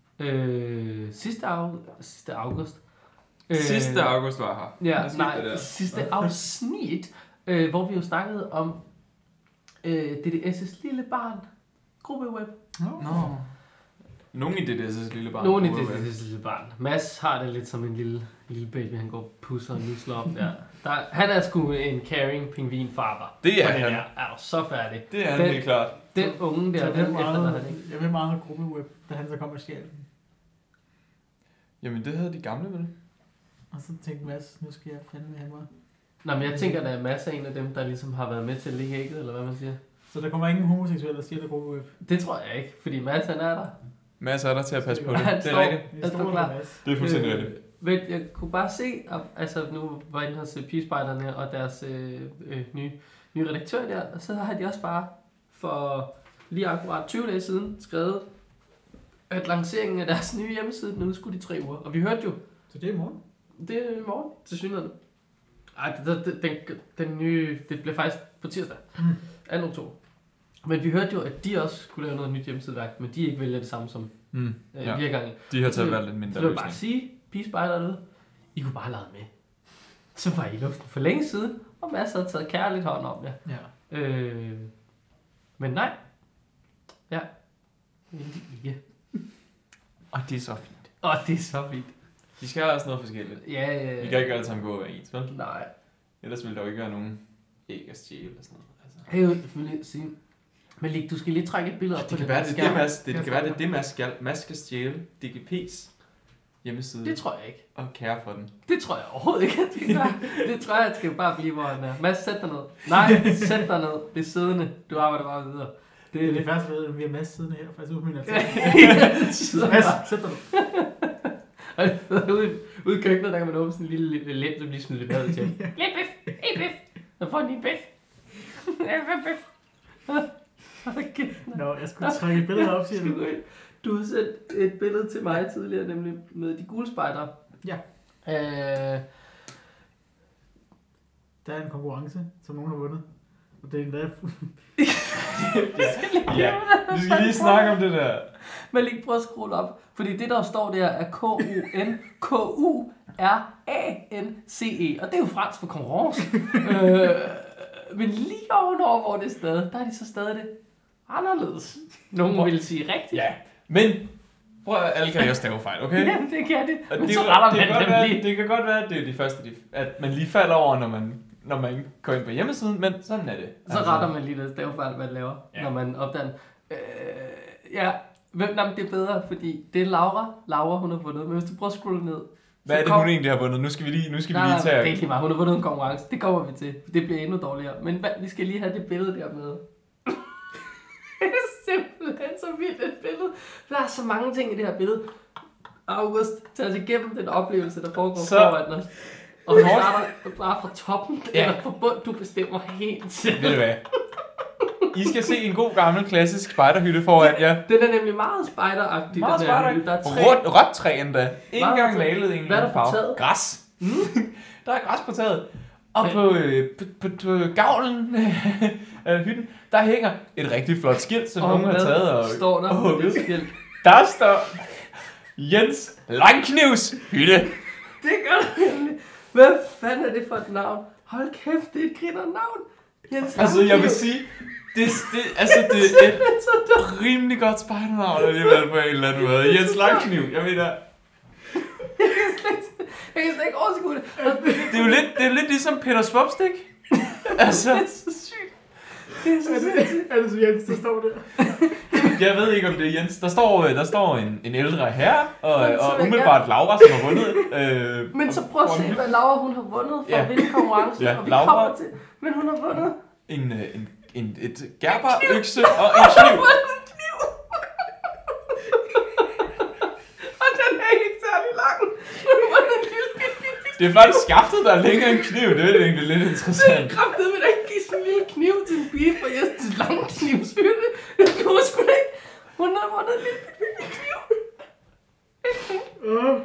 Øh, sidste, af, sidste august. Øh, Sidste august var her. Ja, Hvad skete der nej, der? sidste afsnit, øh, hvor vi jo snakkede om øh, D D S' lille barn. Gruppeweb. Nå. Nogen i det der så lille barn. Nogen i D D S' lille barn. Mads har det lidt som en lille, lille baby, han går og pusser og nusler op der. der. Han er sgu en caring pingvinfarmer. Det er Og han. Der. Er du så færdig. Det er han Den- helt klart. Den unge Så der, jeg den vil efterlader meget, han ikke. jeg vil meget have gruppeweb, da han så kom og stjal den. Jamen det havde de gamle vel? Og så tænkte Mads, nu skal jeg fandme have mig. Nå, men jeg tænker, der er masser af en af dem, der ligesom har været med til at ligge ægget, eller hvad man siger. Så der kommer ingen homoseksuelle, der stjæler gruppeweb. Det tror jeg ikke, fordi Mads han er der. Mads er der til at passe på det. Han Det er står- rigtigt. Vi Jeg stoler står på klar. Mads. Det er fuldstændig Øh, rigtigt. Men jeg kunne bare se, at, altså nu var jeg inde hos Pigespejderne og deres øh, øh, nye, nye redaktør der, og så har de også bare for lige akkurat tyve dage siden skrevet, at lanceringen af deres nye hjemmeside, den er udskudt i tre uger. Og vi hørte jo, Så det er i morgen. det er i morgen til synligheden. Ej, den, den, den, den nye, det blev faktisk på tirsdag, Mm. anden oktober. Men vi hørte jo, at de også skulle lave noget nyt hjemmesideværk, men de ikke vælger det samme som Mm. øh, Ja. vi har gang i. De har taget Så- valgt lidt Så mindre vil jeg bare løsning. sige, pigespejder derude, I kunne bare lade med. Så var I i luften for længe siden, og masser har taget kærligt hånd om jer. Ja. Øh, men nej. Ja. Egentlig ikke. Og det er så fint. Åh, det er så fint. Vi skal have også noget forskelligt. Ja, ja, ja. Vi kan ikke alle sammen gå og være ens, vel? Nej. Ellers ville der jo ikke være nogen æg at stjæle eller sådan noget. Altså. Jeg vil selvfølgelig sige, Malik, du skal lige trække et billede op på Det kan den være, der det er det, skærm. Mads, det, det kan være, det er det, Mads skal, Mads skal stjæle D G P's hjemmeside Det tror jeg ikke. og kære for den. Det tror jeg overhovedet ikke, at det gør. Det tror jeg, at skal bare blive, hvor han er. Mads, sæt dig ned. Nej, sæt dig ned. Bliv siddende. Du arbejder bare videre. Det er det første ved, at vi har Mads siddende her, faktisk ude på min altan. Så Mads, sæt dig ned. Og det er fedt, ude, i- ude i køkkenet, der kan man åbne sådan en lille, lille lem, så bliver smidt lidt mad til. Lidt bif, hey bif. Jeg får en lille bif. Jeg får bif. Okay. Nå, jeg skulle trække et billede op, siger du. Du har sendt et billede til mig tidligere, nemlig med de gule spejdere. Ja. Øh, Der er en konkurrence, som nogen har vundet. Og det er endda... Ja, vi skal lige snakke om det der. Men lige prøv at scrolle op, fordi det der står der er K U N K U R A N C E, og det er jo fransk for konkurrence. øh, men lige ovenover, hvor det er stadig, der er de så stadig det anderledes. Nogen vil sige rigtigt. Ja, men prøv at alle kan jo stave fejl, okay? Jamen, det kan det. Og Men det, så det, retter det, kan man godt dem være, lige. det kan godt være, at det er de første, de, at man lige falder over, når man, når man går ind på hjemmesiden, men sådan er det. Så retter man lige det stavefejl, man laver, Ja. ja. når man opdager den. Øh, ja, hvem jamen, det er bedre, fordi det er Laura. Laura, hun har vundet. Men hvis du prøver at scrolle ned. Hvad er det, kom- hun egentlig har vundet? Nu skal vi lige, nu skal vi Nej, lige nej, tage... det er ikke lige meget. Hun har vundet en konkurrence. Det kommer vi til. Det bliver endnu dårligere. Men hvad, vi skal lige have det billede der med. Det er simpelthen så vildt et billede. Der er så mange ting i det her billede. August, tag os igennem den oplevelse, der foregår Så- foran os. Og vi starter bare fra toppen, Ja. ja. eller fra bund, du bestemmer helt selv. Ved du hvad? I skal se en god gammel klassisk spejderhytte foran jer. Den er nemlig meget spejderagtig, Meget den her spejder. hytte. Der er tre. Rødt, rødt træ endda. Ikke Meget engang rødt træ. malet en Hvad er der på farve. taget? Græs. Mm. Der er græs på taget. Og Okay. på, øh, på, på, på gavlen af hytten, der hænger et rigtig flot skilt, som Og nogen har hvad taget. Og, står der og, på det skilt? der står Jens Langknivs hytte. Det gør du endelig. Hvad fanden er det for et navn? Hold kæft, det er et griner navn. Jens Altså, jeg vil sige, det, det, altså, det er et rimelig godt spejdernavn alligevel på en eller anden måde. Jens Langkniv, jeg mener... Jeg kan slet, jeg kan slet ikke overskue det. Det er jo lidt, det er lidt ligesom Peter Svupstik. Altså... Det er så sygt. Det er så Er sygt. det, er det så Jens, der står der? Jeg ved ikke, om det er Jens. Der står, der står en, en ældre herre, og, Men så og vil jeg umiddelbart Laura, som har vundet. Øh, Men så prøv at se, hvad Laura hun har vundet for Ja. at vinde konkurrencen, Ja, og vi Laura- kommer til. Men hun har vundet. en, øh, en, en, et gerberøkse og en kniv. Og den er ikke særlig lang. Hun har vundet en lille bit, bit, bit. Det er faktisk skaftet, der er længere end kniv. Det er egentlig lidt interessant. Kraftedeme vil da ikke give sådan en lille kniv til en pige fra Jes lange knivshytte. Det kunne sgu da ikke. Hun har vundet en lille bit, bit kniv. Åh.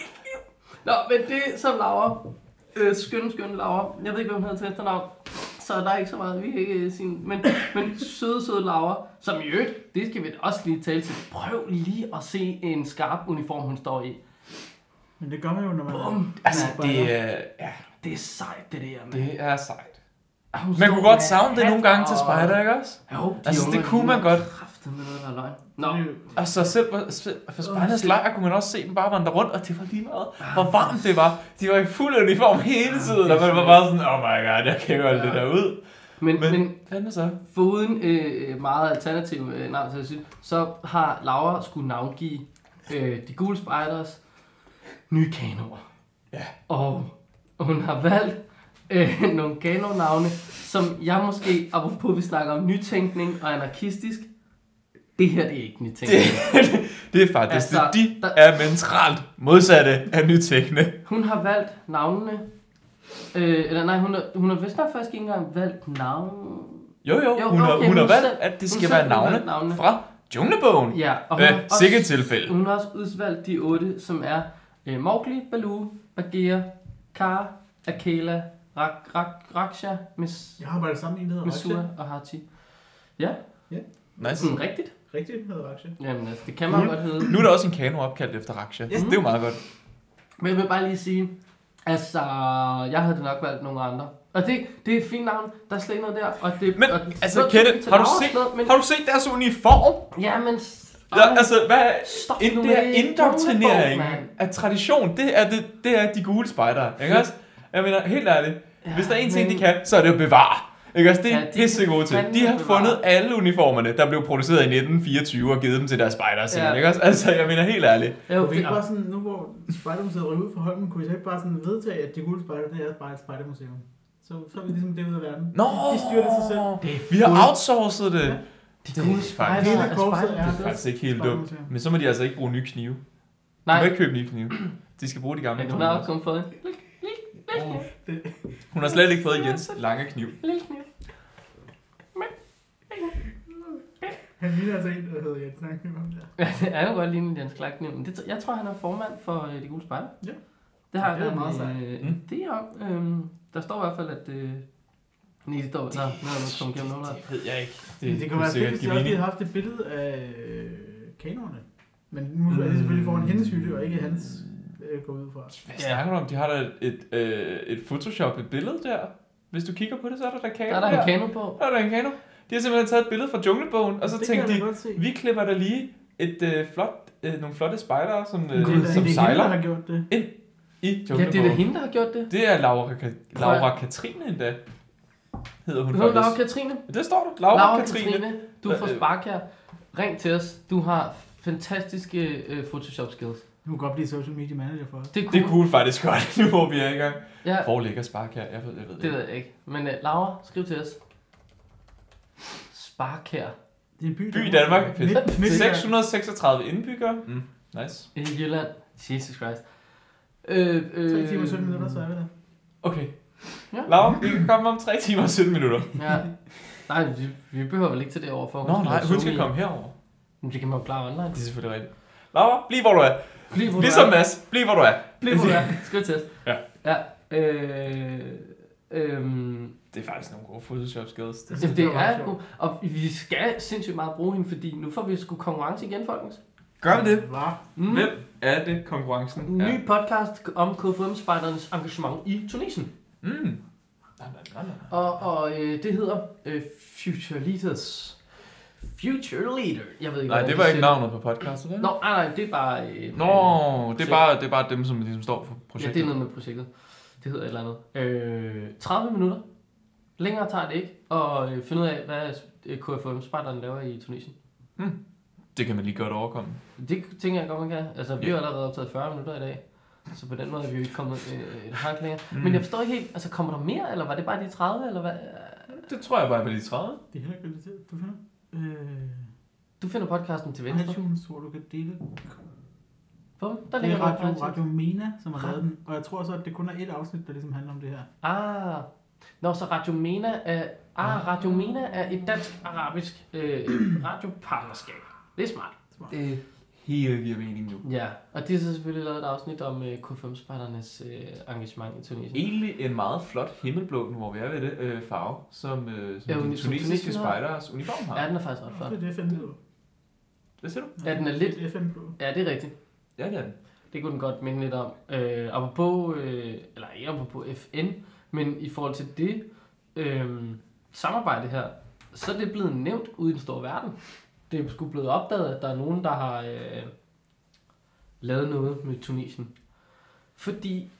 Nå, men det som Laura, øh, skønne, skønne Laura, jeg ved ikke, hvad hun hedder til efternavn, så der er ikke så meget, vi kan ikke øh, sige, men, men søde, søde Laura, som i øvrigt, det skal vi da også lige tale til. Prøv lige at se en skarp uniform, hun står i. Men det gør man jo, når man Bum. Altså, Ja, det er... Ja, Det er sejt, det der, mand. det er sejt. Hun Man står kunne godt med savne det hat nogle gange til og- spejder, ikke også? Jo, de Altså, det unger, kunne de man ligner godt. kraftedeme noget, der er løgn. Nå, Altså selv på, selv på spejdernes lejr kunne man også se dem bare vandre rundt, og det var lige meget, hvor varmt det var. De var i fuld uniform hele tiden, og man var bare sådan, oh my god, jeg kan ikke holde det der ud. men, Men, men men hvad er det så? foruden øh, meget alternativ øh, navn til at sige, så har Laura skulle navngive øh, de gule spejders nye kanoer. Ja. Og hun har valgt øh, nogle kanonavne, som jeg måske, apropos vi snakker om nytænkning og anarkistisk, det her det er ikke nytænkning. Det, det er faktisk, Altså, altså, de der- er mentralt modsatte af nytænkende. Hun har valgt navnene, øh, eller nej, hun har, hun har vist nok faktisk ikke engang valgt navn. Jo, jo, Jo, hun, har, okay, hun har hun valgt, selv- at det hun skal selv være har navne, valgt navnene. fra Junglebogen. Ja, og hun, Ja, har også, sikkert tilfælde. hun har også udvalgt de otte, som er øh, Mowgli, Baloo, Bagheera, Kaa, Akela, Rak, Rak, Raksha, Mis, Jeg har arbejdet sammen med en, der hedder Misura Raksha. og Hachi. Ja, Nice. sådan rigtigt. Rigtigt hedder Raksha. Jamen altså, det kan man Cool. godt hedde. Nu er der også en kano opkaldt efter Raksha. Ja. Så det er jo meget godt. Men jeg vil bare lige sige, altså, jeg havde nok valgt nogle andre. Og det, det er et fint navn, der er slet ikke noget der. Og det, Men og altså, så- Kenneth, til har du Laura set, sådan noget, men, har du set deres uniform? Ja, men... Ja, altså, hvad Stop ind, nu det med er det. indoktrinering Junglebog, mand. af tradition. Det er, det, det er de gule spejdere, ikke også? Jeg mener, helt ærligt. Hvis der er en ting, men- de kan, så er det jo bevare. Ikke også? Det er Ja, ja, de pisse gode til. fandme De har bevare. fundet alle uniformerne, der blev produceret i nitten fireogtyve og givet dem til deres spejdere Ja. ja. Ikke også? Altså, jeg mener helt ærligt. Ja, jo, Kunne vi ikke det, bare sådan, nu hvor Spejdermuseet rykker ud fra Holmen, kunne vi så ikke bare sådan vedtage, at de gule spejder, det er bare et spejdermuseum? Så, så er vi ligesom det ud af verden. Nå, De styrer det sig selv. det er vi har fuld- outsourcet det. De Det er gule faktisk- spejder Hele er korpset spejder. er- Det er faktisk ikke helt dumt. Spejdermuseum. Men så må de altså ikke bruge nye knive. De Nej, må ikke købe nye knive. De skal bruge de gamle men hun har også knive. kun fået en lille, Det, Hun har slet ikke fået Jens lange kniv. lille kniv. han ligner altså en, der hedder Jens Langkniv. ham der. Ja, det er jo godt lignende Jens Klakniv. Men det, jeg tror, han er formand for øh, de gule spejder. Ja. Det har Det er han meget sejt. øh, Mm. det om. Øhm, der står i hvert fald, at... Øh, nej, det står... Der, der er noget, der kommer gennem noget. Det ved jeg ikke. Det, det kunne være fedt, hvis de også lige havde haft et billede af øh, kanoerne. Men nu er det selvfølgelig foran hendes hylde, og ikke hans øh, gå ud fra. Hvad snakker du om? De har da et, øh, et Photoshop, et billede der. Hvis du kigger på det, så er der der kano Der er der en kano på. Der er der en kano. De har simpelthen taget et billede fra Junglebogen, og så det tænkte kan jeg de, da godt se. vi klipper der lige et øh, flot, øh, nogle flotte spejdere, som, øh, Gud, det er da som det er hende, sejler der har gjort det. ind i Ja, Junglebogen. det er da hende, der har gjort det. Det er Laura, Ka- Laura Katrine endda, hedder hun Hun er Laura faktisk. Katrine. Det står der. Laura, Laura Katrine. Katrine, du er fra Øh, Sparkær. Ring til os. Du har fantastiske øh, Photoshop skills. Du kan godt blive social media manager for os. Det er Det cool. kunne faktisk godt, nu hvor vi er i gang. Ja, Hvor ligger Spark her? Jeg ved, jeg ved det det ved jeg ikke. Men uh, Laura, skriv til os. Sparkær. Det er en by, By i Danmark. Midt, midt, i seks hundrede og seksogtredive indbyggere. Mm, nice. I Jylland. Jesus Christ. Øh, øh, tre timer og sytten minutter, så er vi der. Okay. Ja. Laura, vi kan komme om tre timer og sytten minutter. Ja. Nej, vi, vi behøver vel ikke til det over for. Nå nej, hun skal komme herover. Men det kan man jo klare online. Det er selvfølgelig rigtigt. Laura, bliv hvor du er. Bliv, hvor Ligesom du er. Mads, bliv hvor du er. Bliv, hvor du er. Skriv til os. Ja. Ja. Øh, øhm, Det er faktisk nogle gode Photoshop skills. Det Jamen, det det var meget er sjovt. god. Og vi skal sindssygt meget bruge hende, fordi nu får vi sgu konkurrence igen, folkens. Gør vi det? Hvad? Mm. Hvem er det, konkurrencen En er? ny podcast om K F M-spejdernes engagement i Tunesien. Mm. Nej, nej, nej, nej. Og, og øh, det hedder øh, Future Leaders. Future Leader. Jeg ved ikke, Nej, hvordan det de var ikke siger navnet på podcastet, vel? Nå, nej, nej, det er bare... Øh, Nå, øh, det er bare, det er bare dem, som ligesom står for Ja, projektet. det er noget med projektet. Det hedder et eller andet. Øh, tredive minutter. Længere tager det ikke. Og øh, finde ud af, hvad K F M-spejderne laver i Tunesien. Hmm. Det kan man lige godt overkomme. Det tænker jeg godt, man kan. Altså, vi Ja. har allerede optaget fyrre minutter i dag. Så på den måde er vi jo ikke kommet øh, et hak længere. Mm. Men jeg forstår ikke helt, altså kommer der mere, eller var det bare de tredive, eller hvad? Det tror jeg bare på de tredive. Det er heller ikke relateret. Du finder? Øh, Du finder podcasten til venstre. iTunes, hvor du kan dele. Bum, der Det ligger er der Radio, faktisk. Radio Mena, som har lavet den. Og jeg tror så, at det kun er et afsnit, der ligesom handler om det her. Ah, Nå, så Radio Mena er, ah, Radio Mena er et dansk-arabisk øh, radiopartnerskab. Det er smart. Det hele giver mening nu. Ja, og de har så selvfølgelig lavet et afsnit om øh, K F M-spejdernes øh, engagement i Tunesien. Egentlig en meget flot himmelblå, nu hvor vi er ved det, øh, farve, som, øh, som Ja, ja, uni- de som tunesiske Tunesien har. spejders uniform har. Ja, den er faktisk ret flot. Det er F N-blå. Hvad siger du? Ja, den er lidt- Det er F N-blå. Ja, det er rigtigt. Ja, det er den. Det kunne den godt minde lidt om. Øh, apropos, øh, eller ikke apropos F N, men i forhold til det øh, samarbejde her, så er det blevet nævnt ude i den store verden. Det er sgu blevet opdaget, at der er nogen, der har øh, lavet noget med Tunesien. Fordi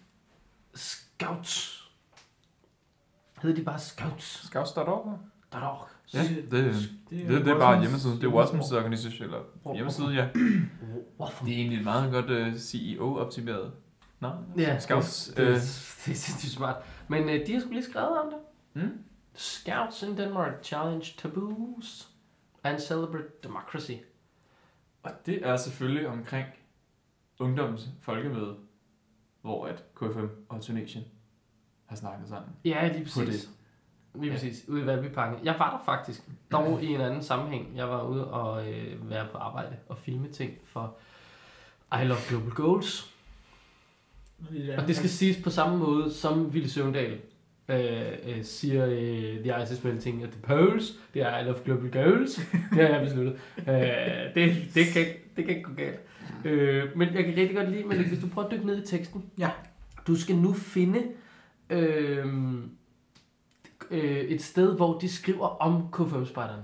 Scouts, hedder de bare Scouts? Scouts punktum org? .org. Ja, det, det, det, det er bare hjemmesiden. Det er Watsons organisation, eller hjemmeside, ja. Hvorfor? Det er egentlig et meget godt uh, C E O-optimeret navn. Ja, Scouts. Det, det, øh, det er sindssygt smart. Men øh, de har sgu lige skrevet om det. Mm. Scouts in Denmark challenge taboos and celebrate democracy. Og det er selvfølgelig omkring ungdoms folkemøde, hvor at K F M og Tunesien har snakket sammen. Ja, lige På præcis. det. Lige Ja. præcis, ude i Valbyparken. Jeg var der faktisk, dog i en anden sammenhæng. Jeg var ude og øh, være på arbejde og filme ting for I Love Global Goals. Og det skal siges på samme måde, som Ville Søvndal øh, øh, siger øh, The Ice is melting at the poles. Det er I Love Global Goals. Det har jeg besluttet. øh, det, det, kan ikke, det kan ikke gå galt. Øh, men jeg kan rigtig godt lide, men hvis du prøver at dykke ned i teksten. Ja. Du skal nu finde øh, øh, et sted, hvor de skriver om K F M-spejderne.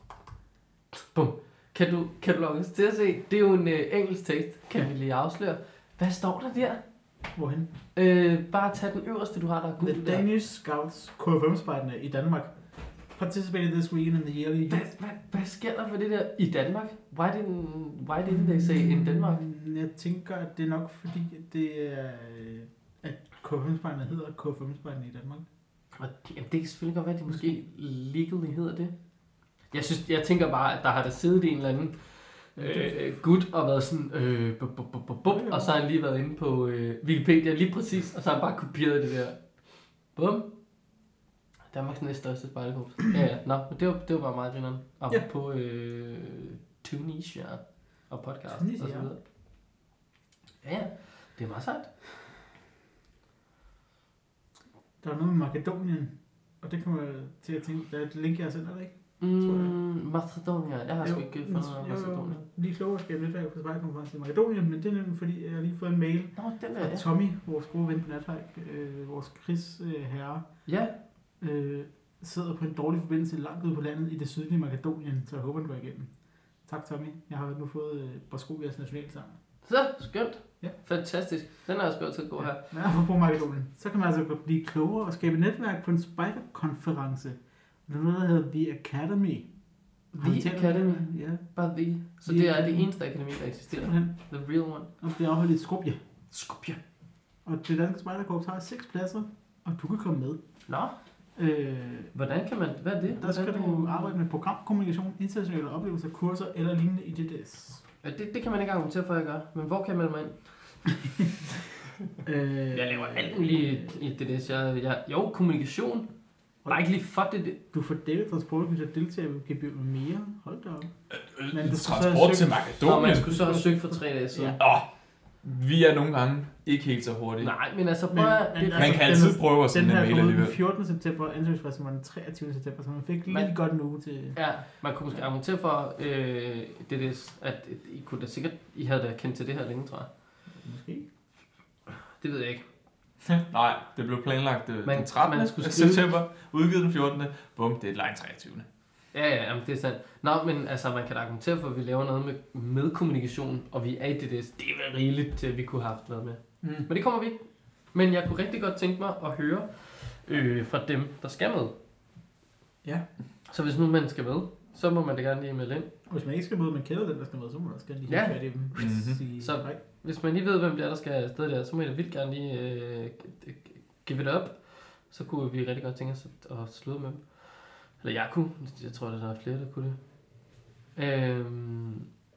Bum. Kan du, kan du logge os til at se? Det er jo en øh, engelsk tekst, kan vi lige afsløre. Hvad står der der? Hvorhen? Øh, bare tag den øverste, du har der. The Danish Scouts K F M-spejderne i Danmark participated this weekend in the yearly... Hvad, hvad, hvad sker der for det der i Danmark? Why didn't, why didn't they say in Denmark? Mm, Jeg tænker, at det er nok fordi, at det er... øh, at K F M-spejderne hedder K F M-spejderne i Danmark. Og, jamen, det kan selvfølgelig godt være, at de måske legally hedder det. Jeg synes, jeg tænker bare, at der har der siddet en eller anden øh, gut og været sådan, øh, bup, bup, bup, bup, bup, og så har han lige været inde på øh, Wikipedia lige præcis, og så har han bare kopieret det der. Bum. Danmarks næststørste spejderkorps. Ja, ja. Nå, men det var, det var bare meget grineren. Og Ja. på øh, Tunisia og podcast Tunisia. og så videre. Ja, ja. Det er meget sejt. Der er noget med Makedonien, og det kommer jeg til at tænke, der er et link, jeg har sendt, er der ikke? Mm, Macedonia. Jeg har sgu ikke fundet noget om jo, jo, Macedonia. lige klogere skal jeg lidt af på spejderkonferencen i Makedonien, men det er nemlig fordi, jeg har lige fået en mail Nå, den er fra ja. Tommy, vores gode ven på Nathike, øh, vores krigsherre, Ja, øh, sidder på en dårlig forbindelse langt ude på landet i det sydlige Makedonien, så jeg håber, den går igennem. Tak, Tommy. Jeg har nu fået øh, Boskovias nationalsang. så skønt. Ja. Fantastisk. Den er også godt til at gå her. Men apropos Makedonien, så kan man altså blive klogere og skabe netværk på en spejderkonference. Der er noget, der hedder The Academy. Har vi The talt om Academy. det? Ja, Bare the. Så The det er Academy. det eneste akademi, der eksisterer. simpelthen. The real one. Og det er afholdt i Skopje. Skopje. Og det danske spejderkorps har seks pladser, og du kan komme med. Nå, Øh, hvordan kan man... Hvad er det? der skal Hvordan, du arbejde med programkommunikation, internationale oplevelser, kurser eller lignende i D D S. Ja, det, det kan man ikke argumentere for, at jeg gør. Men hvor kan jeg melde mig ind? Øh, Jeg laver alt muligt i det der. Jeg, jeg, jo, kommunikation. Bare ikke lige for det. det. Du får dækket transport, hvis jeg deltager i gebyr med mere. Hold da op. Men du skal så Transport have til søgt- Nå, man Makedonien. skulle så have søgt for tre dage siden. Ja. Åh, Vi er nogle gange ikke helt så hurtige. Nej, men altså, prøv Men- at... men det- Man altså, kan altid den- prøve at Den sende en her mail kom ud den alligevel. fjortende september, ansøgningsfristen var den treogtyvende september, så man fik lige Men- godt en uge til... Ja, man kunne måske argumentere for, øh, det er, at I kunne da sikkert, I havde da kendt til det her længe, tror jeg. Måske. Det ved jeg ikke. Nej, det blev planlagt øh, Man- den trettende man skulle skrive- september, udgivet den fjortende Bum, deadline treogtyvende Ja, ja, jamen, det er sandt. Nå, men altså, man kan da argumentere for, at vi laver noget med, med kommunikation, og vi er i det, det er rigeligt til, at vi kunne have haft været med. Mm. Men det kommer vi ikke. Men jeg kunne rigtig godt tænke mig at høre øh, fra dem, der skal med. Ja. Så hvis nu man skal med, så må man da gerne lige melde ind. Og hvis man ikke skal møde, men kender den, der skal med, så må man også gerne lige Ja. have fat i dem. Mhm. Sige, Så- nej. Hvis man lige ved, hvem det er, der skal afsted der, så må jeg da vildt gerne lige øh, give it up. Så kunne vi rigtig godt tænke os at, at slutte med dem. Eller jeg kunne. Jeg tror, der er flere, der kunne det. Øhm,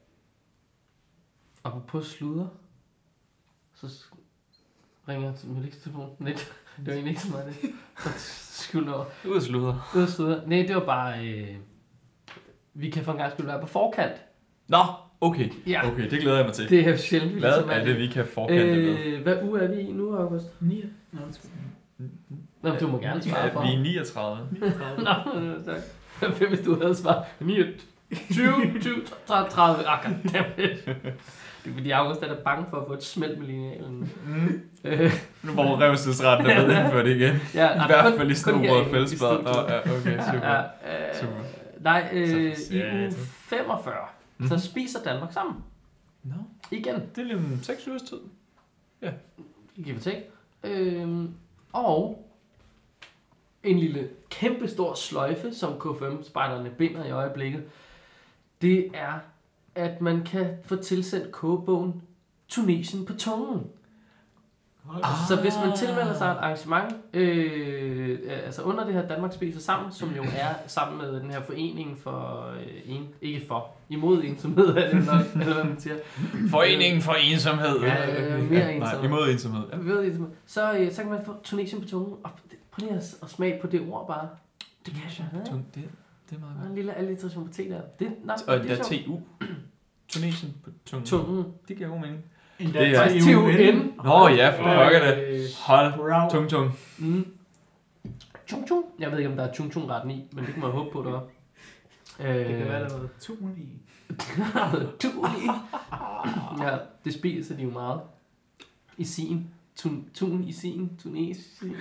apropos sludder, så sk- ringer jeg til Maliks telefon. Nej, det var egentlig ikke så meget det. Skyld over. Ud af sludder. Ud af sludder. Nej, det var bare... Øh, vi kan for en gang skulle være på forkant. Nå, okay. Ja. Okay, det glæder jeg mig til. Det er jo sjældent, vi Hvad ligesom er det, vi kan forkante med? øh, Hvad uge er vi i nu, August? ni. Nå, undskyld. Nå, men du må gerne svare for. Ja, vi er niogtredive. niogtredive. Nå, tak. Hvad hvis du havde svaret? niogtyve, tyve, tredive. Ah, goddammit. Det er fordi August er da bange for at få et smelt med linealen. Mm. Øh, Nu var revselsretten der ved indført igen. ja, I hvert fald i snobrød og fællesblad. Nå, Ja, ja, okay, super. ja, øh, Super. nej, øh, Så i satan. uge femogfyrre, Mhm. så spiser Danmark sammen. Nå, Igen. det er lige om seks ugers tid. Give or take. Øhm, og en lille kæmpe stor sløjfe, som K F M-spejderne binder i øjeblikket, det er, at man kan få tilsendt kogebogen Tunesien på tungen. Hold Ah. da. Så hvis man tilmelder sig et arrangement, øh, altså under det her Danmark Spiser Sammen, som jo er sammen med den her forening for, øh, en, ikke for, imod ensomhed, er det nok, eller hvad man siger. Foreningen for ensomhed. Ja, øh, mere Nej, ensomhed. imod ensomhed. Ja. Ved I, så, øh, så kan man få Tunesien på tungen, og det- prøv lige at, at smage på det ord bare. Det kan jeg ikke. Tung, det, det er meget Der er godt. en lille alliteration på T der. Det, nej, Og det der er er sjovt. T U. Tunesien på tungen. Tungen. Det giver god mening. Endda Det er- Faktisk T U N. Nå ja, for pokker det. Øh, Hold. Brav. Tung, tung. Mm. Chung chung. Jeg ved ikke, om der er chung chung retten i, men det kan man håbe på, der er. Det kan være, der var tun i. Tun i. Ja, det spiser de jo meget. I sin. Tun, tun i sin. Tunes.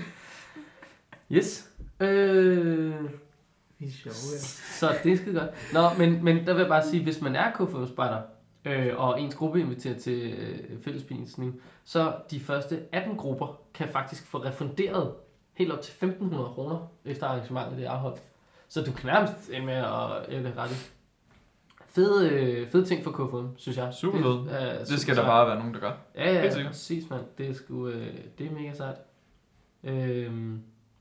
Yes. Øh, Vi er sjove, ja. så det er skide godt. Nå, men, men der vil jeg bare sige, hvis man er K F M-spejder, øh, og ens gruppe inviterer til øh, fællesspisning, så de første atten grupper kan faktisk få refunderet helt op til femten hundrede kroner efter arrangementet det er afholdt. Så du kan nærmest ende med at æble rettigt. Fede, øh, fede ting for K F M, synes jeg. Super Det, fed. er Det super skal der sejt. bare være nogen, der gør. Ja, Helt ja, sikkert. præcis, mand. Det er sgu, øh, det er mega sejt. Øhm.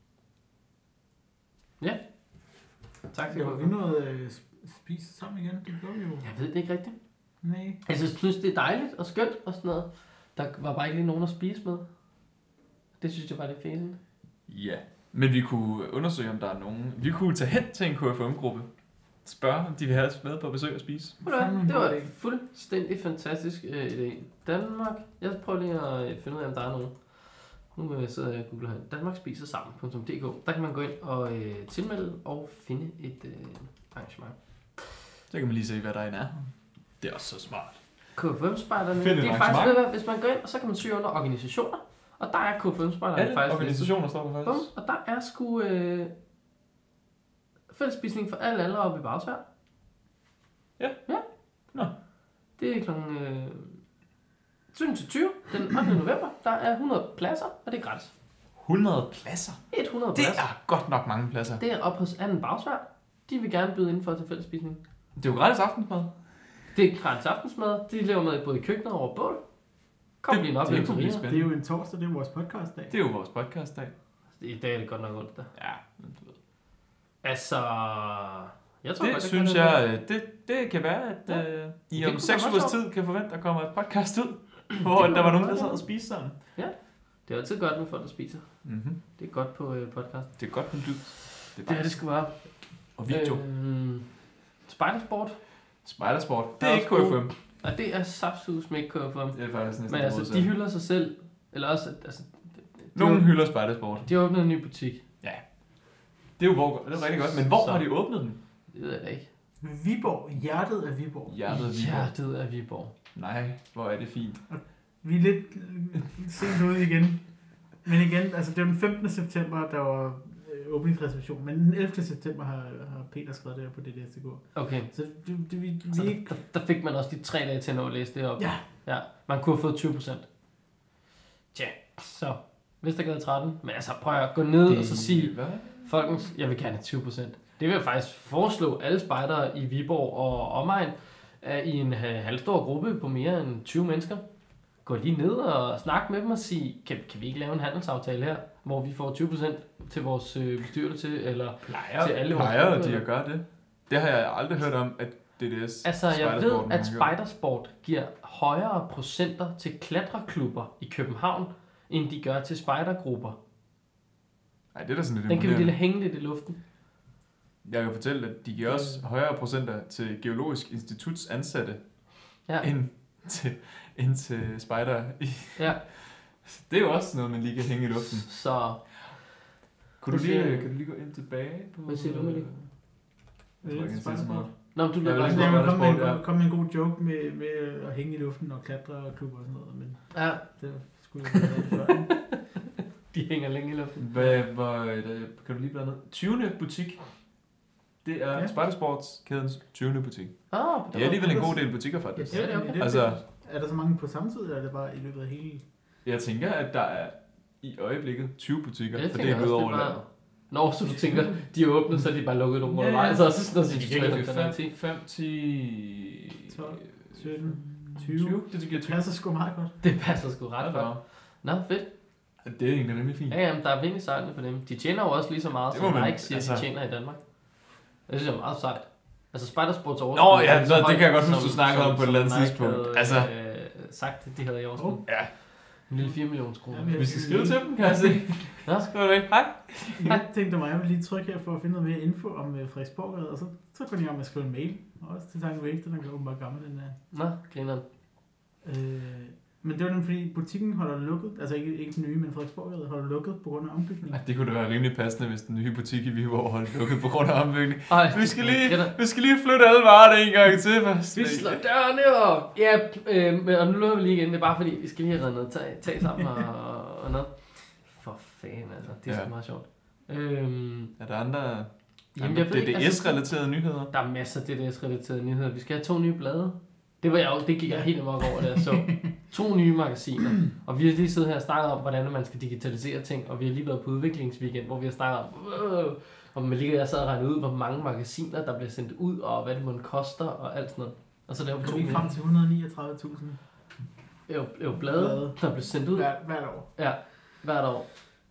Ja. Tak til Skal K vi F M. noget øh, sp- spise sammen igen? Det gør vi jo. Jeg ved det ikke rigtigt. Nej. Altså, jeg synes, det er dejligt og skønt og sådan noget. Der var bare ikke lige nogen at spise med. Det synes jeg var lidt fælen. Ja. Men vi kunne undersøge, om der er nogen... Vi kunne tage hen til en K F M-gruppe. Spørge, om de vil have os med på besøg og spise. Ved du hvad? Fandme en Det var god en idé. fuldstændig fantastisk øh, idé. Danmark. Jeg prøver lige at øh, finde ud af, om der er nogen. Nu øh, sidder jeg og googler her. Danmark spiser sammen punktum d k. Der kan man gå ind og øh, tilmelde og finde et øh, arrangement. Så kan man lige se, hvad der er i nærheden. Det er også så smart. K F M-spejderne, Fedt det er arrangement. faktisk, ved du hvad, hvis man går ind, og så kan man søge under organisationer, og der er K F M-spejderne Alle faktisk. organisationer står der Bum, faktisk. og der er sgu øh, fællesspisning for alle aldre oppe i Bagsvær. Ja. Ja. Nå. Det er klokken øh, sytten til tyve, den ottende november. Der er hundrede pladser, og det er gratis. hundrede pladser. hundrede Det pladser. er godt nok mange pladser. Det er op hos anden Bagsvær. De vil gerne byde indenfor til fællesspisning. Det er jo gratis aftensmad. Det er gratis aftensmad. De laver mad både i køkkenet og over bål. Kom Det- lige en det oplevelse. kunne blive Det, spændende. Det er jo en torsdag, det er vores podcastdag. Det er jo vores podcastdag. I dag er det godt nok onsdag. Ja, men du ved. Altså, jeg tror Det godt, synes kan jeg, øh, det, det kan være, at Ja. øh, I Det om kunne seks være ugers meget tid kan forvente, at der kommer et podcast ud, hvor der var nogen, der sad og spiste sammen. Det er altid godt med folk, der spiser. Mm-hmm. Det er godt på øh, podcast. Det er godt med lyd. Det Det er det sgu være. Og video. Øhm, Spejdersport. Spejdersport. Det Der er er ikke også K F M. Og det er sapsus smæk for dem. Det er faktisk næsten Men altså, de hylder sig selv. Eller også, altså... Nogle de, hylder spejdersport. De har åbnet en ny butik. Ja. Det er jo hvor, det er rigtig godt. Men hvor Så. har de åbnet den? Det ved jeg da ikke. Viborg. Hjertet af Viborg. Hjertet af Viborg. Hjertet af Viborg. Nej, hvor er det fint. Vi er lidt sent ude igen. Men igen, altså det var den femtende september, der var øh, åbningsreception. Men den ellevte september har, har Peter skrevet det her på D D S punktum d k. Okay. Så det, det, vi, Så vi der, ikke... der, der fik man også de tre dage til at nå at læse det op. Ja. Ja. Man kunne have fået tyve procent. Tja, så... Vestergade tretten. Men altså, prøv at gå ned det... og så sige... Hvad? Folkens, jeg vil gerne have tyve procent. Det vil jeg faktisk foreslå alle spejdere i Viborg og omegn er i en halvstor gruppe på mere end tyve mennesker. Gå lige ned og snak med dem og sige, kan, kan vi ikke lave en handelsaftale her, hvor vi får tyve procent til vores øh, bestyrelse, eller Plejer, til alle plejer vores de at gøre det? Det har jeg aldrig hørt om, at D D S Altså, jeg ved, spejdersporten at har gjort. spejdersport giver højere procenter til klatreklubber i København, end de gør til spejdergrupper. Ej, det er da sådan lidt Den kan vi imponerende. lige hænge lidt i luften. Jeg kan fortælle, at de giver også højere procenter til Geologisk Instituts ansatte, Ja. end til, end til spejder. Ja. Det er jo også noget, man lige kan hænge i luften. Så Kunne du Hvad siger lige, du? kan du lige gå ind tilbage på... Hvad siger du, Malik? Jeg tror ikke, jeg kan sige så meget. Nå, men du løber Ja, bare det Jeg er vil komme med, sport, en, komme med en god joke med, med at hænge i luften og klatre og klubber og sådan noget, men Ja, det skulle jeg have været før. de hænger længe i luften. Hvad, hvor, øh, kan du lige blande ned? tyvende butik. Det er Ja. ja. Spejdersportskædens tyvende butik. Ah, Det er alligevel en god del butikker, faktisk. Ja, det er okay. det, Altså- er der så mange på samme tid, eller er det bare i løbet af hele... Jeg tænker, at der er i øjeblikket tyve butikker, Jeg for tænker det er også, ud over det er landet. bare... Nå, så du tænker, de er åbnet, så er de bare lukket nogle Ja, ja. undervejs, og så sådan noget, så de Det kan er ikke fem, ti. fem, ti... tolv, sytten, tyve. tyve. Det tykker jeg Det tyve. passer sgu meget godt. Det passer sgu ret godt. Nå, fedt. Det er egentlig rimelig fint. Ja, jamen, der er vind i sejlene for dem. De tjener jo også lige så meget, Det som må man- Nike siger, altså... altså- de tjener i Danmark. Det synes jeg er meget sejt. Altså, Spejdersports overskud... Nå, ja, er så nå, det højt, kan jeg godt huske, som- du snakkede som- om på et eller andet som Nike tidspunkt. havde, Altså- øh, sagt, at de havde i overskud. Oh. Ja, En lille fire millioner kroner. Jamen, vi skal skrive til dem, kan jeg se. Ja. Skriv det. Hej. Jeg tænkte mig, at jeg ville lige trykke her for at finde noget mere info om uh, Frederiksborg, og så, så kunne jeg om at skrive en mail. Også til Tango Waste, den er åbenbart gammel, den der. Nå, grineren. Øh, men det var nemlig fordi butikken holder lukket, altså ikke, ikke den nye, men Frederiksborg holder lukket på grund af ombygning. Ja, det kunne da være rimelig passende, hvis den nye butik i Viborg holdt lukket på grund af ombygning. Ej, Vi skal lige, griner. vi skal lige flytte alle varerne en gang til. først. Vi slår dørene op. Ja, øh, men- og nu lukker vi lige igen. Det er bare fordi, vi skal lige have reddet noget tag, tag sammen og, og noget. For fanden, altså. Det er Ja. så meget sjovt. Øhm, Er der andre, jamen, andre jeg ved ikke, altså, D D S-relaterede nyheder? der er masser af D D S-relaterede nyheder. Vi skal have to nye blade. Det var jeg jo, det gik jeg helt amok over, da jeg så. To nye magasiner. Og vi har lige siddet her og snakket om, hvordan man skal digitalisere ting. Og vi har lige været på udviklingsweekend, hvor vi har snakket om, øh, og man lige jeg sad og regnede ud, hvor mange magasiner, der bliver sendt ud, og hvad det må koster, og alt sådan noget. Og så laver vi Så to vi er nye. frem til et hundrede og niogtredive tusind Det er jo, det er jo blade, Blade. der bliver sendt ud hvert, hvert år. ja, hvert år.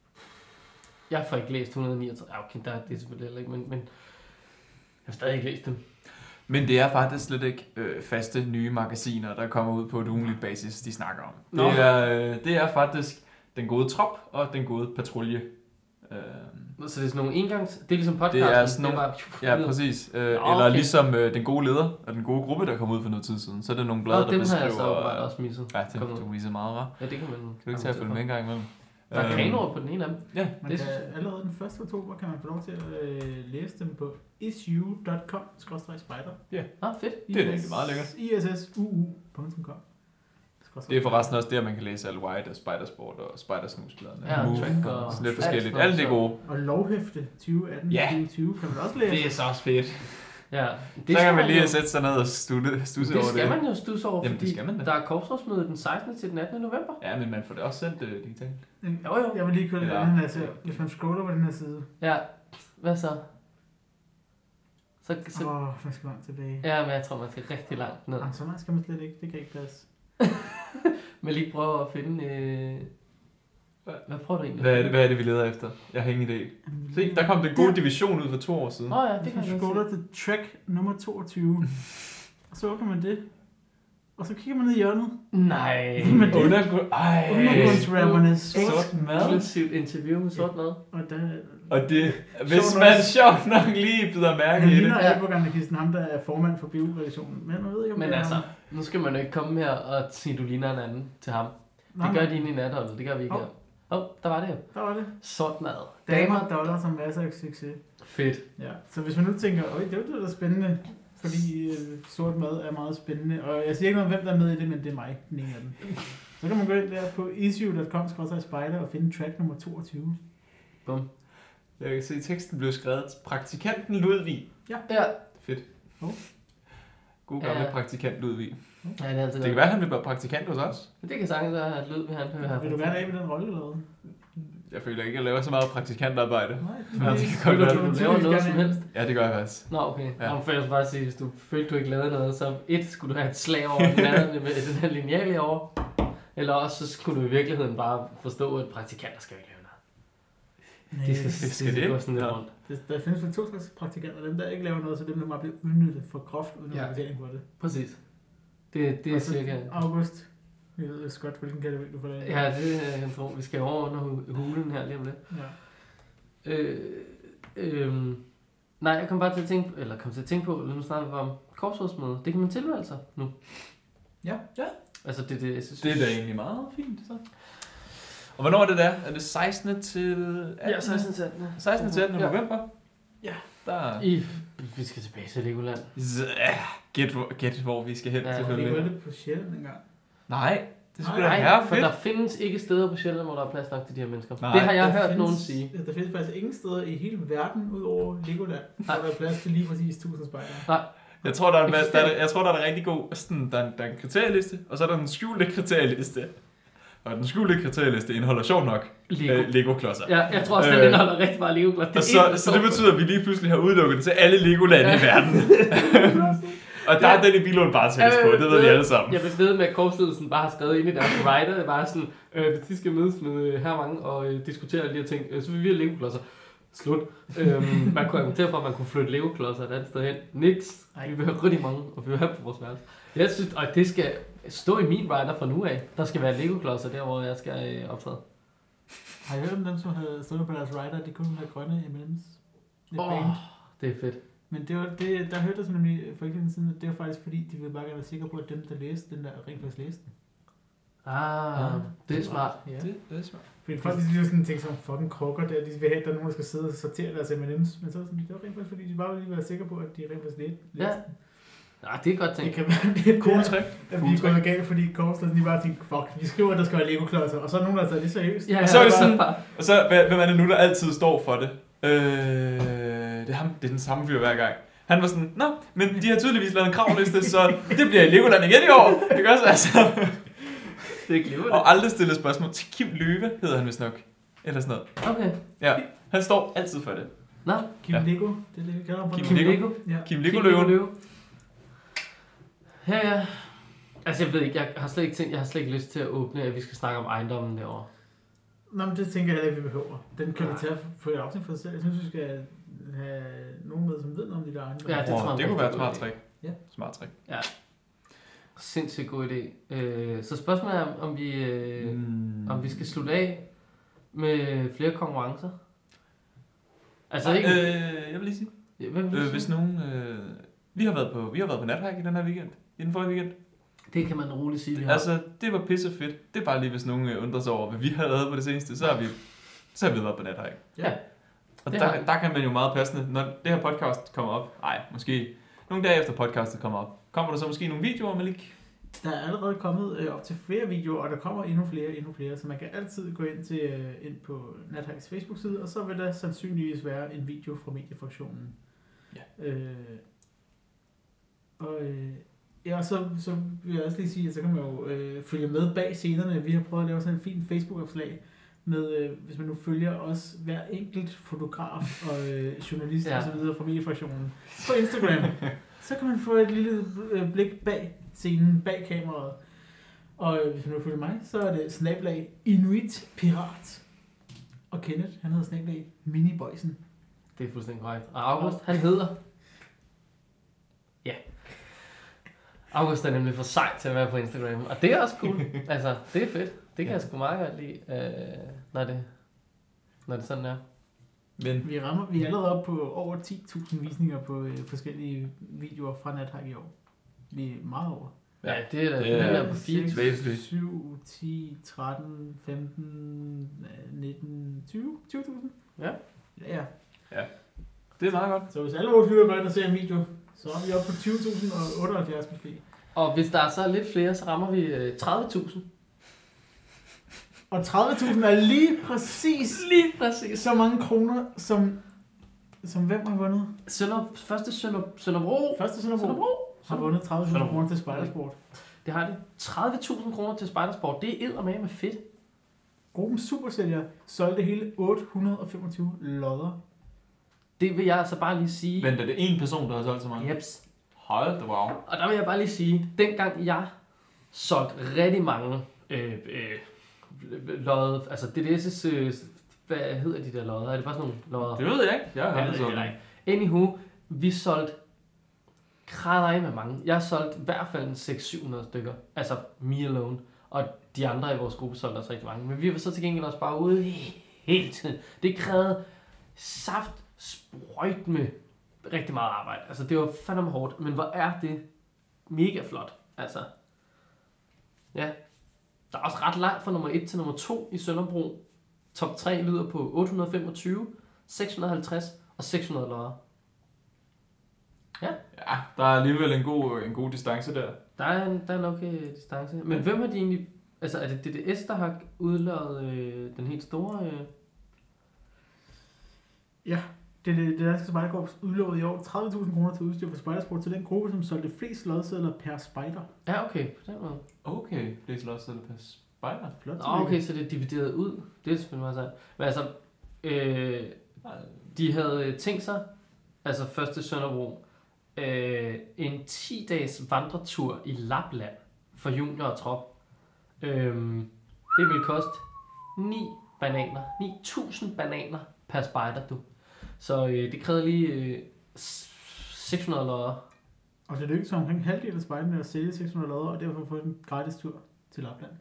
Jeg får ikke læst et hundrede og niogtredive. Ja, okay, der er det selvfølgelig heller ikke, men, men jeg har stadig ikke læst dem. Men det er faktisk slet ikke øh, faste nye magasiner, der kommer ud på et ugenligt basis, de snakker om. Nå. Det er, øh, det er faktisk den gode trop og den gode patrulje. Øh, Så det er sådan nogle engangs... Det er ligesom podcasten. Det er sådan nogle- bare, ja, videre. præcis. Øh, Nå, Eller okay. ligesom øh, den gode leder og den gode gruppe, der kom ud for noget tid siden. Så er det nogle blade, Nå, der dem har jeg beskriver... så åbenbart også misset. Ja, det Kommet du ud. viser meget, hva'? Ja, det kan man... Kan du ikke tage at følge med en gang imellem? Der er Øhm, kanoer på den ene af dem. Ja, Man Det kan, synes allerede den første oktober kan man få lov til at øh, læse dem på issue punktum com skråstreg spider. Ah, fedt. Det er rigtig meget lækkert. I S S U U punktum com. det er forresten også der, man kan læse Al White og Spidersport og Spidersnusbladene. Ja, Move, Track og- sådan lidt Ja, forskelligt. sådan Alt det noget, gode. Og lovhæfte tyve atten Ja. tyve tyve kan man også læse. så også fedt. Ja, Det så kan man lige jo, sætte sig ned og stusse, stusse det over skal det. man jo stusse over, Jamen, det fordi skal man da. der er korpsrådsmøde den sekstende til den attende november. Ja, men man får det også sendt uh, digitalt. Jo, jo. Jeg vil lige køre lidt Ja. ja. den her side. Hvis man scroller på den her side. Ja, hvad så? Så, så Åh, oh, man skal langt tilbage. ja, men jeg tror, man skal rigtig langt ned. Jamen, så langt skal man slet ikke. Det kan ikke passe. Men lige prøve at finde... Øh... Hvad, hvad prøver du egentlig? Hvad er, det, hvad er det, vi leder efter? Jeg har ingen idé. Se, der kom den gode division ud for to år siden. Åh oh, ja, det Hvis kan man jeg godt scroller til track nummer toogtyve, og så åbner man det. Og så kigger man ned i hjørnet. Nej. Men det Undergrund... Ej. undergrundsrapperne Sort mad. Eksklusivt interview med sort mad. Og der, Og det, hvis Sjovt man nok. sjovt nok lige bider mærke han i det. ligner Ja. Abergandekisten, ham der er formand for bioredaktionen. Men man ved ikke, om Men det er altså, ham. nu skal man jo ikke komme her og sige, du ligner en anden til ham. Nej, Det gør nej. de inde i natholdet, det gør vi ikke Hov. her. Åh, oh, der var det jo. Der var det. Sort mad. Damer, der var der som masser af succes. Fedt. Ja. Så hvis man nu tænker, øj, det lyder da spændende, fordi øh, sort mad er meget spændende. Og jeg siger ikke noget om, hvem der er med i det, men det er mig, den ene af dem. Så kan man gå ind der på issue punktum com skråstreg spider og finde track nummer toogtyve. Bum. Jeg kan se, at teksten blev skrevet. Praktikanten Ludvig. Ja. Fedt. Oh. God gammel Ja. praktikant Ludvig. Ja, det er altid Det kan være, at han vil være praktikant hos os. Men det kan sagtens være, at Ludvig han vil have. Vil du gerne af med den rolle, eller hvad? Jeg føler ikke, at jeg laver så meget praktikantarbejde. Nej, Men det kan godt Føler være. du, du laver noget som helst? Ja, det gør jeg faktisk. Nå, okay. Ja. Ja. Nå, for jeg skal bare sige, hvis du følte, du ikke lavede noget, så et, skulle du have et slag over den anden med den her lineal herovre. Eller også, så skulle du i virkeligheden bare forstå, at praktikanter skal ikke lave noget. De skal, det skal de skal det. gå sådan lidt Ja. rundt. Det, der findes vel to slags praktikanter. Dem, der ikke laver noget, så dem, der bare bliver udnyttet for groft, uden at Ja. ja. betaling for det. Præcis. Det, det er Og så cirka... August. Jeg ved godt, hvilken kategori du får det. Ja, det er jeg tror. Vi skal over under hu- hulen her lige om lidt. Ja. Øh, øh, nej, jeg kom bare til at tænke, eller kom til at tænke på, nu snakker vi om korpsrådsmøde. Det kan man tilmelde sig nu. Ja. Ja. Altså det, det, jeg synes, Det er da egentlig meget fint, så. Og hvornår er det der? Er det sekstende til attende? Ja, sekstende til attende sekstende til attende Ja. november? Ja. Der... I, vi skal tilbage til Legoland. Z- ja, Gæt, hvor- gæt, hvor vi skal hen, Ja, Vi selvfølgelig. hørte det på Sjælland engang. Nej, det skulle da Nej, være for fedt. der findes ikke steder på Sjælland, hvor der er plads nok til de her mennesker. Nej, det har jeg Der hørt findes- nogen sige. Der findes faktisk ingen steder i hele verden, ud over Legoland, hvor der er plads til lige præcis tusind spejdere. Jeg tror, der er en, masse, der Eksisterer. er, jeg tror, der er en rigtig god... Sådan, der, er en, der er en kriterieliste, og så er der en skjulte kriterieliste. Og den skjulte kriterieliste indeholder sjovt nok Lego. øh, Lego-klodser. Ja, jeg tror også, den Øh, indeholder rigtig meget Lego. Og så, så det betyder, at vi lige pludselig har udelukket det til alle Lego-lande ja. i verden. Og der er den i Bilund bare tælles på, det ved vi alle sammen. Jeg vil ved med, at korpsledelsen bare har skrevet ind i deres rider, det er bare sådan, øh, hvis de skal mødes med øh, her mange og øh, diskutere alle de her ting, øh, så vil vi have Lego-klodser. Slut. øhm, man kunne argumentere for, at man kunne flytte Lego-klodser et andet sted hen. Niks. Vi vil have rigtig mange, og vi vil have på vores værelse. Jeg synes, og det skal stå i min rider fra nu af. Der skal være Lego-klodser der, hvor jeg skal øh, optræde. Har I hørt om dem, som havde stået på deres rider, de kunne have grønne M and M's? Det er Åh, band. det er fedt. Men det var, det, der hørte jeg sådan nemlig for ikke længe siden, at det var faktisk fordi, de ville bare gerne være sikre på, at dem, der læste den der, rent faktisk læste den. Ah, det er smart. Ja. Det, det er smart. Fordi folk, de synes sådan ting som fucking krukker der, de vil have, at der er nogen, der skal sidde og sortere deres M and M's. Men så var sådan, det var rent faktisk fordi, de bare ville lige være sikre på, at de rent faktisk læste Ja. den. Ah, det er godt Det tænkt. kan være lidt Cool der, trick. at Cool vi er trick. gået galt, fordi korpsledelsen de bare tænkte, fuck, vi skriver, at der skal være Lego-klodser, og så er nogen, der har taget det seriøst. Ja, Og så er det ja, sådan- bare- Og så, hvem hvem er det nu, der altid står for det? Øh, det, er ham, det er den samme fyr hver gang. Han var sådan, nå, men de har tydeligvis lavet en kravliste, så det bliver i Legoland igen i år. Ikke også? Altså. Det er glimrende. Og aldrig stille spørgsmål til Kim Løve, hedder han vist nok. Eller sådan noget. Okay. Ja, han står altid for det. Nå, Kim Ja. Lego, det er det, vi kalder ham for Kim nu. Lego. Lego. Ja. Kim Kim Lego-løven. Ja, ja. Altså, jeg ved ikke, jeg har slet ikke tænkt, jeg har slet ikke lyst til at åbne, at vi skal snakke om ejendommen derovre. Nå, men det tænker jeg heller ikke, vi behøver. Den kan vi tage for et afsnit for os selv. Jeg synes, vi skal have nogen med, som ved noget om de der ejendomme. Ja, det tror jeg Oh, er det en kunne være et rigtig smart god trick. Ja. Smart trick. Sindssygt god idé. Øh, så spørgsmålet er, om vi, øh, Mm. om vi skal slutte af med flere konkurrencer. Altså Ah, ikke... øh, jeg vil lige sige. Hvad vil du Øh, sige? hvis nogen... Øh, vi har været på vi har været på nathike i den her weekend. I den forrige weekend. Det kan man roligt sige, vi har. Altså, det var pisse fedt. Det er bare lige, hvis nogen øh, undrer sig over, hvad vi har lavet på det seneste, så har vi, så har vi været på nathike. Ja. Og Det der, har vi. der kan man jo meget passende, når det her podcast kommer op, nej, måske nogle dage efter podcastet kommer op, kommer der så måske nogle videoer, Malik? Der er allerede kommet øh, op til flere videoer, og der kommer endnu flere, endnu flere, så man kan altid gå ind til øh, ind på Nathikes Facebook-side, og så vil der sandsynligvis være en video fra mediefraktionen. Ja. Øh, og øh, ja, og så, så vil jeg også lige sige, at så kan man jo øh, følge med bag scenerne. Vi har prøvet at lave sådan en fin Facebook-opslag med, øh, hvis man nu følger os, hver enkelt fotograf og øh, journalist Ja. ja. og så videre fra mediefraktionen på Instagram. Så kan man få et lille øh, blik bag scenen, bag kameraet. Og øh, hvis man nu følger mig, så er det snablag Inuit Pirat. Og Kenneth, han hedder snablag Miniboysen. Det er fuldstændig korrekt. Og August, han hedder... Ja. August er nemlig for sej til at være på Instagram, og det er også cool. Altså, det er fedt. Det kan ja. jeg sgu meget godt lide, øh, når, det, når det sådan er. Men vi, rammer, vi er allerede oppe på over ti tusind visninger på øh, forskellige videoer fra Nathak i år. Vi er meget over. Ja, det er da det er på fire, syv, ti, tretten, femten, nitten, tyve tusind. Ja. Ja, ja. Ja, det er meget godt. Så hvis alle vores lytter går ind og ser en video, så er vi oppe på tyve tusind og otteoghalvfjerds måske. Og hvis der er så lidt flere, så rammer vi øh, tredive tusind. Og tredive tusind er lige præcis, lige præcis så mange kroner, som, som hvem har vundet? Sønder, første Sønder, Sønderbro. Første Sønderbro, Sønderbro har vundet tredive tusind kroner til Spidersport. Det har de. tredive tusind kroner til Spidersport. Det er eddermame med fedt. Gruppen Supersælger solgte hele otte hundrede og femogtyve lodder. Det vil jeg altså bare lige sige. Men er det en person, der har solgt så meget? Jeps. Hold da wow. Og der vil jeg bare lige sige, dengang jeg solgte rigtig mange øh, øh, lodder, altså D D S's, øh, hvad hedder de der lodder? Er det bare sådan nogle lodder? Det ved jeg ikke. Jeg har det ved jeg ikke. Anywho, vi solgte krædder med mange. Jeg solgte i hvert fald seks syv hundrede stykker. Altså me alone. Og de andre i vores gruppe solgte også rigtig mange. Men vi var så til gengæld også bare ude hele tiden. Det krævede saft sprøjt med rigtig meget arbejde. Altså det var fandme hårdt. Men hvor er det mega flot. Altså. Ja. Der er også ret langt fra nummer et til nummer to i Sønderbro. Top tre lyder på otte hundrede og femogtyve, seks hundrede og halvtreds og seks hundrede lodder. Ja. Ja, der er alligevel en god, en god distance der. Der er en, der er en okay distance. Men ja. Hvem har de egentlig... Altså, er det D D S, der har udløjet øh, den helt store... Øh... Ja, det er det, det danske spejderkorps udløjet i år tredive tusind kroner til udstyr for Spidersport til den gruppe, som solgte flest lodsedler per spejder. Ja, okay. På den måde. Okay, flest lodsedler per spejder. Flot. Nå, okay, så det er divideret ud. Det er selvfølgelig meget sejt. Men altså, øh, de havde tænkt sig, altså første Sønderbro, øh, en ti dages vandretur i Lapland for junior og trop. Øh, det ville koste ni bananer, ni tusind bananer per spejder, du. Så øh, det krævede lige øh, seks hundrede lodder. Og det lykkedes omkring halvdelen af spejderne at sælge seks hundrede lodder, og derfor få en gratis tur til Lapland.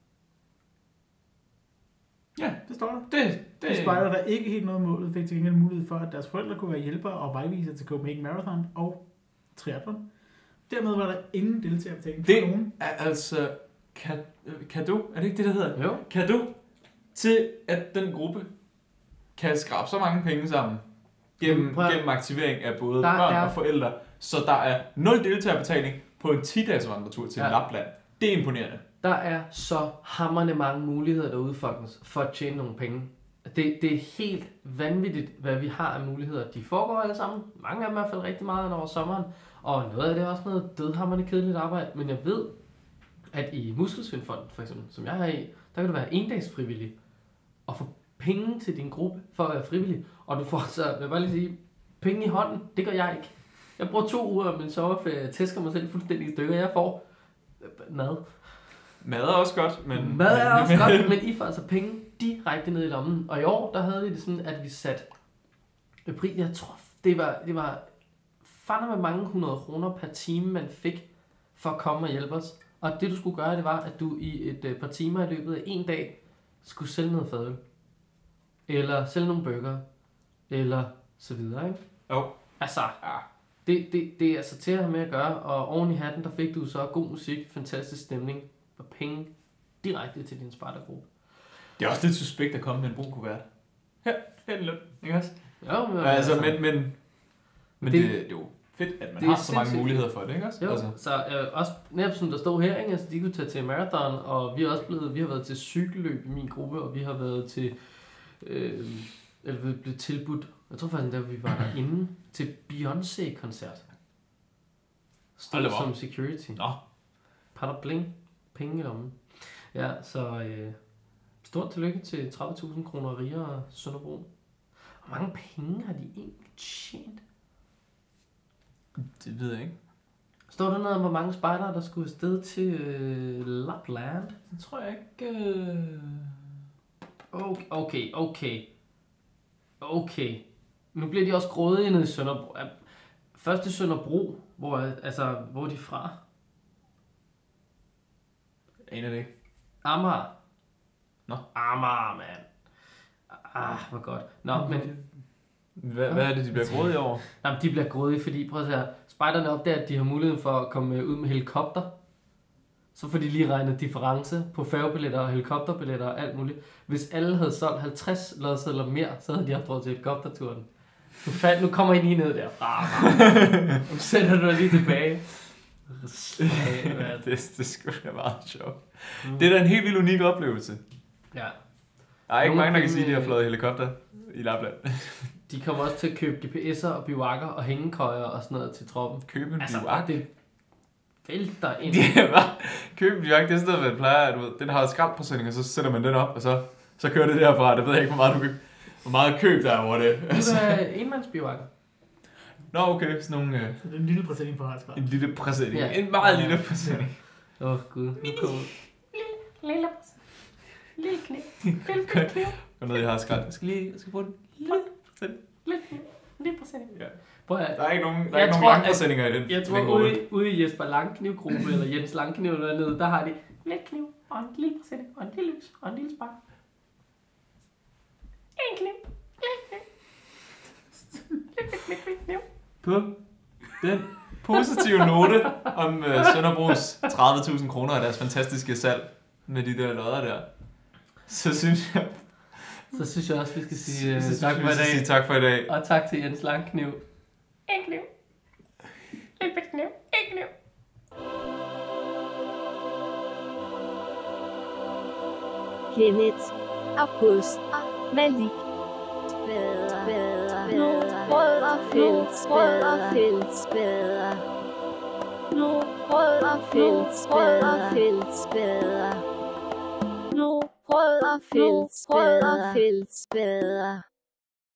Ja, det står der. Det, det... De spejder, der ikke helt nåede målet, fik til gengæld mulighed for, at deres forældre kunne være hjælpere og vejviser til Copenhagen Marathon og triathlon. Dermed var der ingen deltagerbetaling for nogen. Det er altså kado, er det ikke det, der hedder? Jo. Kado til, at den gruppe kan skrabe så mange penge sammen gennem, gennem aktivering af både der børn er... og forældre, så der er nul deltagerbetaling på en ti-dages vandretur til ja. Lapland. Det er imponerende. Der er så hamrende mange muligheder derude, folkens, for at tjene nogle penge. Det, det er helt vanvittigt, hvad vi har af muligheder. De foregår alle sammen. Mange af dem er i hvert fald rigtig meget over sommeren. Og noget af det er også noget dødhamrende kedeligt arbejde. Men jeg ved, at i Muskelsvindfonden, for eksempel, som jeg er i, der kan du være en dags frivillig og få penge til din gruppe for at være frivillig. Og du får så, vil jeg bare lige sige, penge i hånden. Det gør jeg ikke. Jeg bruger to uger af min sommerferie, jeg tæsker mig selv fuldstændig i stykker. Jeg får mad. Mad er også godt, men... Mad er også godt, men I får altså penge direkte ned i lommen. Og i år, der havde vi det sådan, at vi satte pris. Jeg tror, det var, det var fandme med mange hundrede kroner per time, man fik for at komme og hjælpe os. Og det du skulle gøre, det var, at du i et par timer i løbet af en dag skulle sælge noget fadøl. Eller sælge nogle burger. Eller så videre, ikke? Jo. Oh. Altså, ja. det, det, det er altså til at have med at gøre. Og oven i hatten, der fik du så god musik, fantastisk stemning og penge direkte til din spejdergruppe. Det er også lidt suspekt at komme med en brun kuvert. Ja, helt lidt, ikke også? Jo, men... Altså, men, men, men det, det, det er jo fedt, at man har så mange muligheder for det, ikke også? Jo, altså. så øh, også netop som der står her, ikke? Altså, de kunne tage til marathon, og vi har også blevet, vi har været til cykelløb i min gruppe, og vi har været til, øh, eller vi blev tilbudt, jeg tror faktisk, da vi var derinde, til Beyoncé-koncert. Stod som security. Nå. Patter bling. Penge i lommen. Ja, så øh, stort tillykke til tredive tusind kroner rigere Sønderbro. Hvor mange penge har de egentlig tjent? Det ved jeg ikke. Står der noget om, hvor mange spejdere, der skulle afsted til øh, Lapland? Det tror jeg ikke. Øh... Okay, okay, okay. Okay. Nu bliver de også grådige nede i Sønderbro. Først i Sønderbro, hvor, altså, hvor er de fra? Aner det ikke. Amager. Nå. Amager, mand. Ah, hvor godt. Nå, men... Hvad, hvad er det, de bliver grådige over? Jamen, de bliver grådige, fordi, prøv at se her, spejderne opdager, at de har muligheden for at komme ud med helikopter. Så får de lige regnet difference på færgebilletter og helikopterbilletter og alt muligt. Hvis alle havde solgt halvtreds lodsedler mere, så havde de haft råd til helikopterturen. Nu, fald, nu kommer I lige ned derfra. Nu sætter du dig lige tilbage. det, det er sgu da meget sjovt. Mm. Det er da en helt vild unik oplevelse. Ja. Der er ikke Nogle mange, der kan penge- sige, at de har flået helikopter i Lapland. De kommer også til at købe G P S'er og bivakker og hængekøjer og sådan noget til troppen. Købe en Altså, bivak. det vælter ind. Det er bare, købe en bivak, det er sådan noget, man plejer, du ved, den har skraldprocentning, og så sætter man den op, og så, så kører det derfra. Det ved jeg ikke, hvor meget, du, hvor meget køb der er over det. Det er enmandsbivakker. Nå, okay, sådan nogle, øh, Så det er en lille præsending for Harsgrad. en lille præsending. Ja. Ja. En meget lille præsending. Åh, oh, gud. Nu kommer lille, lille knæ. Lille knæ. Gå ned, jeg har skrald. Jeg skal lige, jeg skal bruge den. Lille præsending. Lille knæ. Lille præsending. Ja. Prøv at, Der er ikke nogen, der er Jeg ikke nogen tror, lange at- præsendinger i den. jeg tror, den gruppe. ude, ude i Jesper Langkniv-gruppe, eller Jens Langkniv eller nede, der har de lille kniv, og en lille præsending, og en lille lys, og en lille spark. En kniv. Lille kniv. Lille kniv, kniv, kniv. På den positive note om uh, Sønderbros tredive tusind kroner af deres fantastiske salg med de der lodder der, så synes jeg, Så synes jeg også, vi skal sige uh, så synes tak jeg, for vi i skal sige dag. tak for i dag. Og tak til Jens Langkniv. En kniv. Lille kniv. En kniv. Kenneth, August, Malik, bedre, bedre, nu brød og fælles, brød og fælles, bedre. Nu brød og fælles, brød og fælles, bedre. Nu brød og fælles, brød og fælles, bedre.